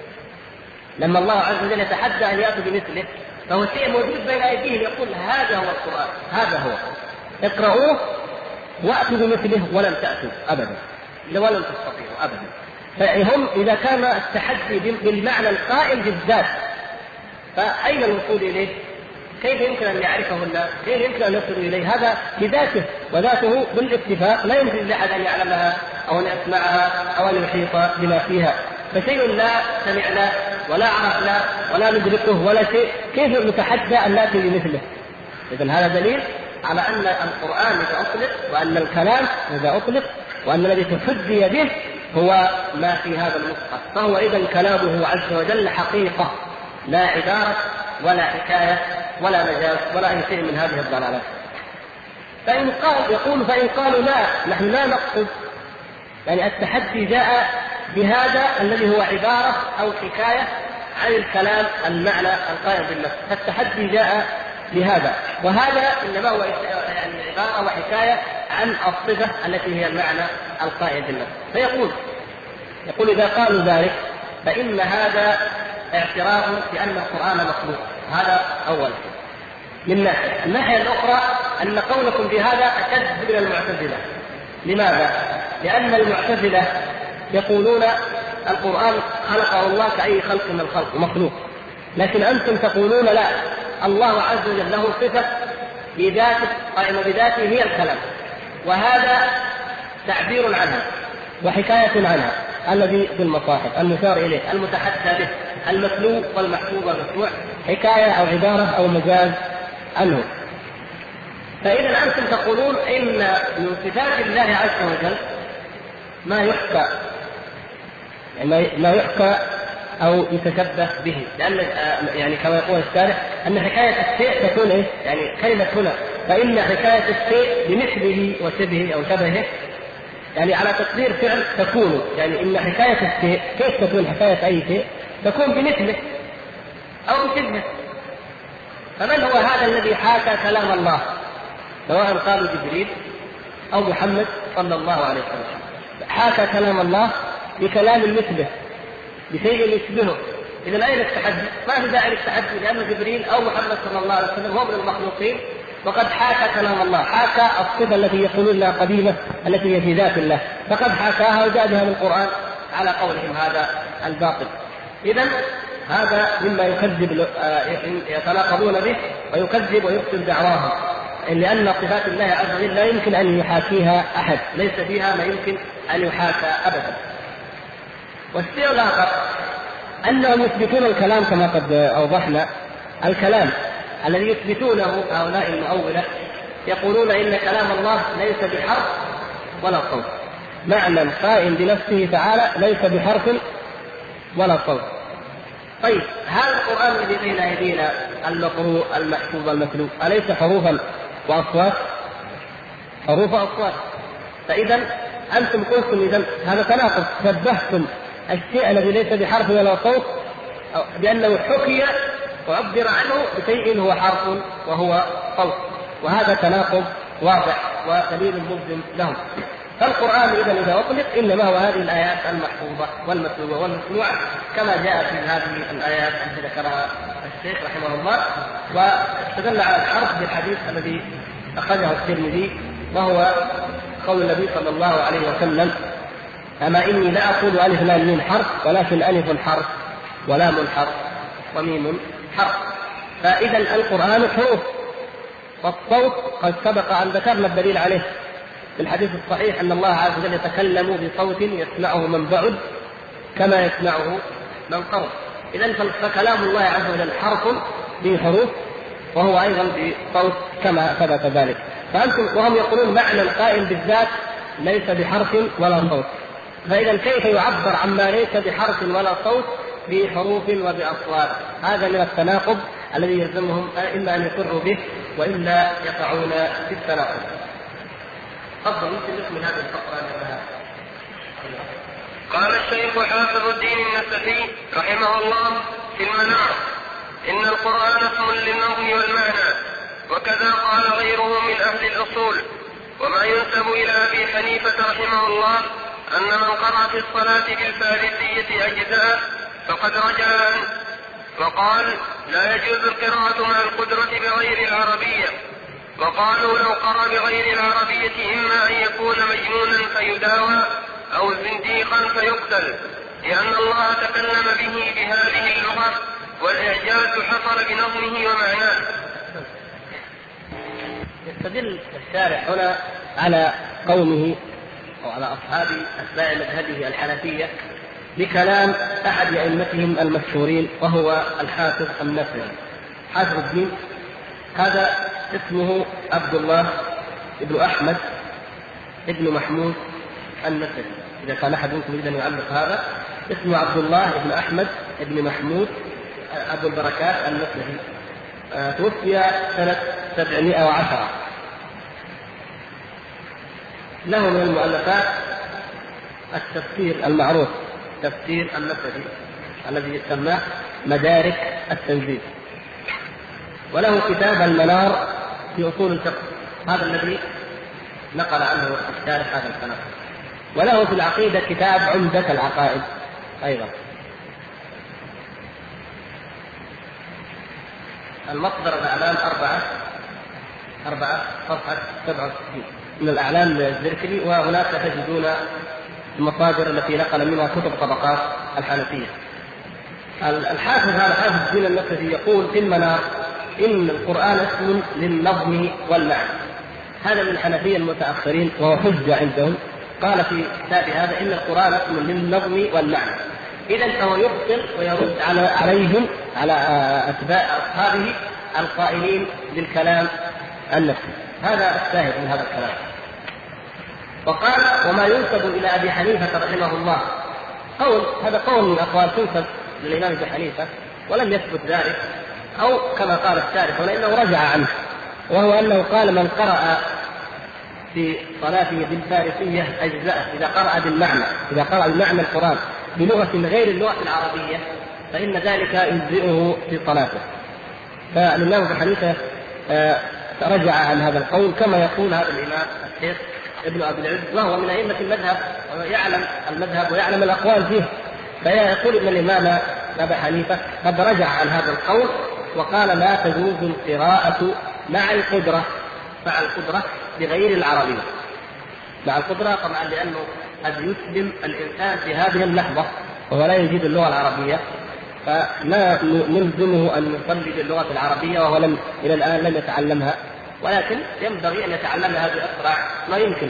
لما الله عز وجل يتحدى أن يأتي بمثله فهو شيء موجود بين أيديهم، يقول هذا هو القرآن، هذا هو، اقرأوه وأتوا بمثله ولم تأتوا أبدا، ولم تستطيعوا أبدا. فهم إذا كان التحدي بالمعنى القائم بالذات فأين الوصول إليه؟ كيف يمكن أن يعرفه الناس؟ كيف يمكن أن يصل إليه؟ هذا بذاته، وذاته بالاتفاق لا يمكن لأحد أن يعلمها أو أن يسمعها أو أن يحيط بما فيها. فشيء لا سمعنا ولا عرفنا ولا ندركه ولا شيء، كيف نتحدى أن نأتي بمثله؟ إذن هذا دليل على أن القرآن إذا أطلق، وأن الكلام إذا أطلق، وأن الذي تحدي به هو ما في هذا المصحف، فهو إذن كلامه عز وجل حقيقة، لا عبارة ولا حكاية ولا مجاز ولا أي شيء من هذه الضلالات. فإن قال يقول فإن قالوا لا، نحن لا نقصد، يعني التحدي جاء بهذا الذي هو عبارة أو حكاية عن الكلام المعنى القائم بالنفس، فالتحدي جاء بهذا، وهذا إنما هو يعني عبارة وحكاية عن الصفة التي هي المعنى القائم بالنفس. فيقول يقول إذا قالوا ذلك فإن هذا اعتراف بأن القرآن مخلوق، هذا أول شيء. من ناحية الناحية الأخرى أن قولكم بهذا أشد من المعتزلة. لماذا؟ لأن المعتزلة يقولون القرآن خلقه الله كأي خلق من الخلق مخلوق، لكن أنتم تقولون لا، الله عز وجل له صفة بذاته قائمة بذاته هي الكلام، وهذا تعبير عنها وحكاية عنها الذي في المصاحف المشار إليه المتحدى به المتلو والمحفوظ والمسموع حكاية أو عبارة أو مجاز عنه. فإذا أنتم تقولون إن من صفات الله عز وجل ما يحكى، ما يحكى أو يتشبه به، لأن يعني كما يقول الشارح أن حكاية الشيء تكون إيه؟ يعني كلمة هنا فإن حكاية الشيء بمثله وشبهه أو شبهه، يعني على تقدير فعل تكون، يعني إن حكاية الشيء كيف تكون حكاية أي شيء؟ تكون بمثله أو بشبهه. فمن هو هذا الذي حاكى كلام الله، سواء قالوا جبريل أو محمد صلى الله عليه وسلم، حاكى كلام الله بكلام مثله بشيء يشبهه؟ إذا أين التحدي؟ ما في داعي للتحدي، لأن جبريل أو محمد صلى الله عليه وسلم هو من المخلوقين وقد حاكى كلام الله، حاكى الصفة التي يقولون لها قديمة التي هي في ذات الله، فقد حاكاها وجاء بها من القرآن على قولهم هذا الباطل. إذن هذا مما يكذب يتناقضون به ويكذب ويبطل دعواهم، لأن صفات الله عز وجل لا يمكن أن يحاكيها أحد، ليس فيها ما يمكن أن يحاكى أبدا. والشيء الآخر أنهم يثبتون الكلام كما قد أوضحنا، الكلام الذي يثبتونه هؤلاء المؤولة يقولون إن كلام الله ليس بحرف ولا صوت، معنى قائم بنفسه تعالى ليس بحرف ولا صوت. طيب هذا القرآن الذي بين أيدينا المقروء المحفوظ المتلو أليس حروفا وأصوات؟ حروف وأصوات. فإذا أنتم قلتم إذا هذا تناقض، شبهتم الشيء الذي ليس بحرف ولا صوت بأنه حكي وعبر عنه بشيء هو حرف وهو صوت، وهذا تناقض واضح ودليل ملزم لهم. فالقرآن إذا إذا أطلق إنما هو هذه الآيات المحفوظة والمتلوة والمسموعة كما جاء في هذه الآيات التي ذكرها الشيخ رحمه الله، واستدل على الحرف بالحديث الذي أخرجه الترمذي، وهو قول النبي صلى الله عليه وسلم: أما إني لا أقول ألف لام ميم حرف، ولكن ألف حرف ولام حرف وميم حرف. فإذا القرآن حروف، والصوت قد سبق أن ذكرنا الدليل عليه في الحديث الصحيح أن الله عز وجل يتكلم بصوت يسمعه من بعد كما يسمعه من قرب. إذن فكلام الله عز وجل حرف بحروف وهو أيضا بصوت كما ثبت ذلك. فأنتم وهم يقولون معنى القائم بالذات ليس بحرف ولا صوت. فإذا كيف يعبر عما ليس بحرف ولا صوت بحروف وبأصوات؟ هذا من التناقض الذي يلزمهم إما أن يقروا به وإلا يقعون في التناقض. تفضل يمكن نكمل هذه الفقرة لها. قال الشيخ حافظ الدين النسفي رحمه الله في المنار: إن القرآن اسم للنظم والمعنى، وكذا قال غيره من أهل الأصول. وما ينسب إلى أبي حنيفة رحمه الله أن من قرأ في الصلاة بالفارسية أجزاء فقد رجع عنه، وقال لا يجوز القراءة مع القدرة بغير العربية. وقالوا لو قرأ بغير العربية إما أن يكون مجنونا فيداوى أو زنديقا فيقتل، لأن الله تكلم به بهذه اللغة والإعجاز حصل بنظمه ومعناه. يستدل الشارح هنا على قومه أو على أصحاب أتباع مذهبه الحنفية بكلام أحد أئمتهم المشهورين وهو الحافظ النسفي. حافظ الدين هذا اسمه عبد الله ابن أحمد ابن محمود النسفي. إذا كان أحد منكم يريد أن يعلق هذا، اسمه عبد الله ابن أحمد ابن محمود أبو البركات النسفي. آه توفي سنة سبعمائة وعشرة. له من المؤلفات التفسير المعروف تفسير النسفي الذي يسمى مدارك التنزيل، وله كتاب المنار في أصول الفقه، هذا الذي نقل عنه الشارح هذا الكلام. وله في العقيدة كتاب عمدة العقائد أيضا. المصدر الأعلام أربعة أربعة صفحة سبعة وستين من الأعلام للزركلي، وهناك تجدون المصادر التي نقل منها كتب طبقات الحنفية. الحافظ هذا حافظ الدين النسفي يقول في المنار إن القرآن اسم للنظم والمعنى. هذا من الحنفية المتأخرين وهو حجة عندهم. قال في كتاب هذا إن القرآن اسم للنظم والمعنى. إذن فهو يبطل ويرد على عليهم على أتباع أصحابه القائلين بالكلام النفسي. هذا الشاهد من هذا الكلام. وقال وما ينسب إلى أبي حنيفة رحمه الله قول، هذا قول من أقوال تنسب للإمام أبي حنيفة ولم يثبت ذلك، أو كما قال الشارح ولأنه رجع عنه، وهو أنه قال من قرأ في صلاته بالفارسية أجزاء إذا قرأ بالمعنى إذا قرأ بالمعنى القرآن بلغة غير اللغة العربية فإن ذلك يجزئه في صلاته. فالإمام أبي حنيفة آه رجع عن هذا القول، كما يقول هذا الإمام الشيخ ابن أبي العز وهو من أئمة المذهب ويعلم المذهب ويعلم الأقوال فيه. فيقول ابن الإمام أبي حنيفة قد رجع عن هذا القول وقال لا تجوز القراءة مع القدرة مع القدرة بغير العربية. مع القدرة طبعا لأنه قد يسلم الإنسان في هذه اللحظة وهو لا يجيد اللغة العربية، فلا نلزمه أن يصلي باللغة العربية وهو لم إلى الآن لم يتعلمها، ولكن ينبغي أن يتعلمها بأسرع ما يمكن.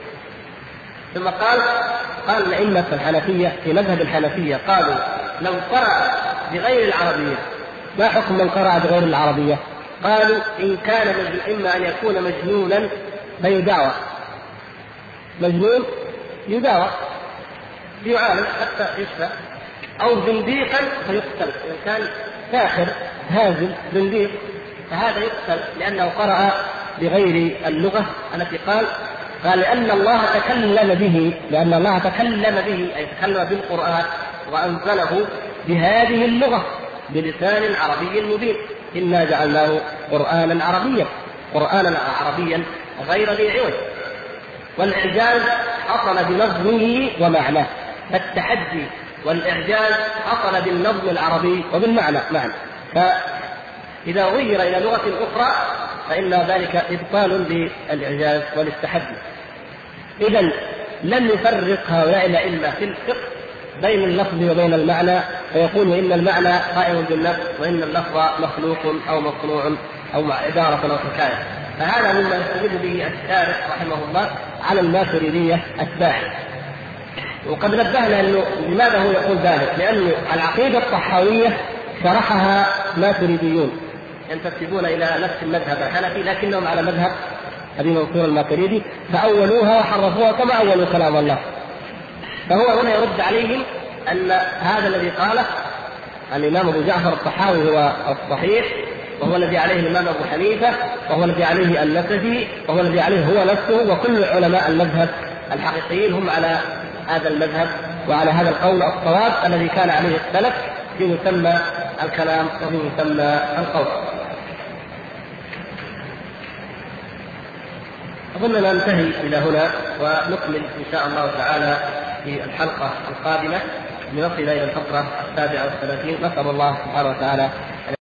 ثم قال قال الأئمة الحنفية في مذهب الحنفية قالوا لو قرأ بغير العربية ما حكم من قرأ بغير العربية؟ قالوا إن كان إما أن يكون مجنونا فيداوى، مجنون يداوى يعالج حتى يشفى، أو زنديقا فيقتل. إذا كان ساحر هازل زنديق فهذا يقتل لأنه قرأ بغير اللغة التي قال قال لأن الله تكلم به لأن الله تكلم به أي تكلم بالقرآن وأنزله بهذه اللغة بلسان عربي مبين. إنا جعلناه قرآنا عربيا قرآنا عربيا غير ذي عوج. والإعجاز حصل بنظمه ومعناه، فالتحدي والإعجاز حصل بالنظم العربي وبالمعنى معا. فإذا غير إلى لغة أخرى فإن ذلك إبطال للإعجاز وللتحدي. إذن لم يفرق هؤلاء الأئمة في الفقه بين اللفظ وبين المعنى، فيقول إن المعنى قائم بالنفس وإن اللفظ مخلوق أو مصنوع أو عبارة أو حكاية. فهذا مما يستدل به الشارح رحمه الله على الماتريدية أتباعه. وقد نبهنا أنه لماذا هو يقول ذلك، لأن العقيدة الطحاوية شرحها ماتريديون ينتسبون إلى نفس المذهب الحنفي لكنهم على مذهب أبي منصور الماتريدي، فأولوها وحرفوها كما أولوا كلام الله. فهو هنا يرد عليهم أن هذا الذي قاله الإمام أبو جعفر الطحاوي هو الصحيح، وهو الذي عليه الإمام أبو حنيفة، وهو الذي عليه النسفي، وهو الذي عليه هو نفسه، وكل علماء المذهب الحقيقيين هم على هذا المذهب وعلى هذا القول الصواب الذي كان عليه السلف في مسمى الكلام وفي مسمى القول. أظننا ننتهي إلى هنا، ونكمل إن شاء الله تعالى في الحلقة القادمة لنصل إلى الفقرة السابعة والثلاثين. نسأل الله سبحانه وتعالى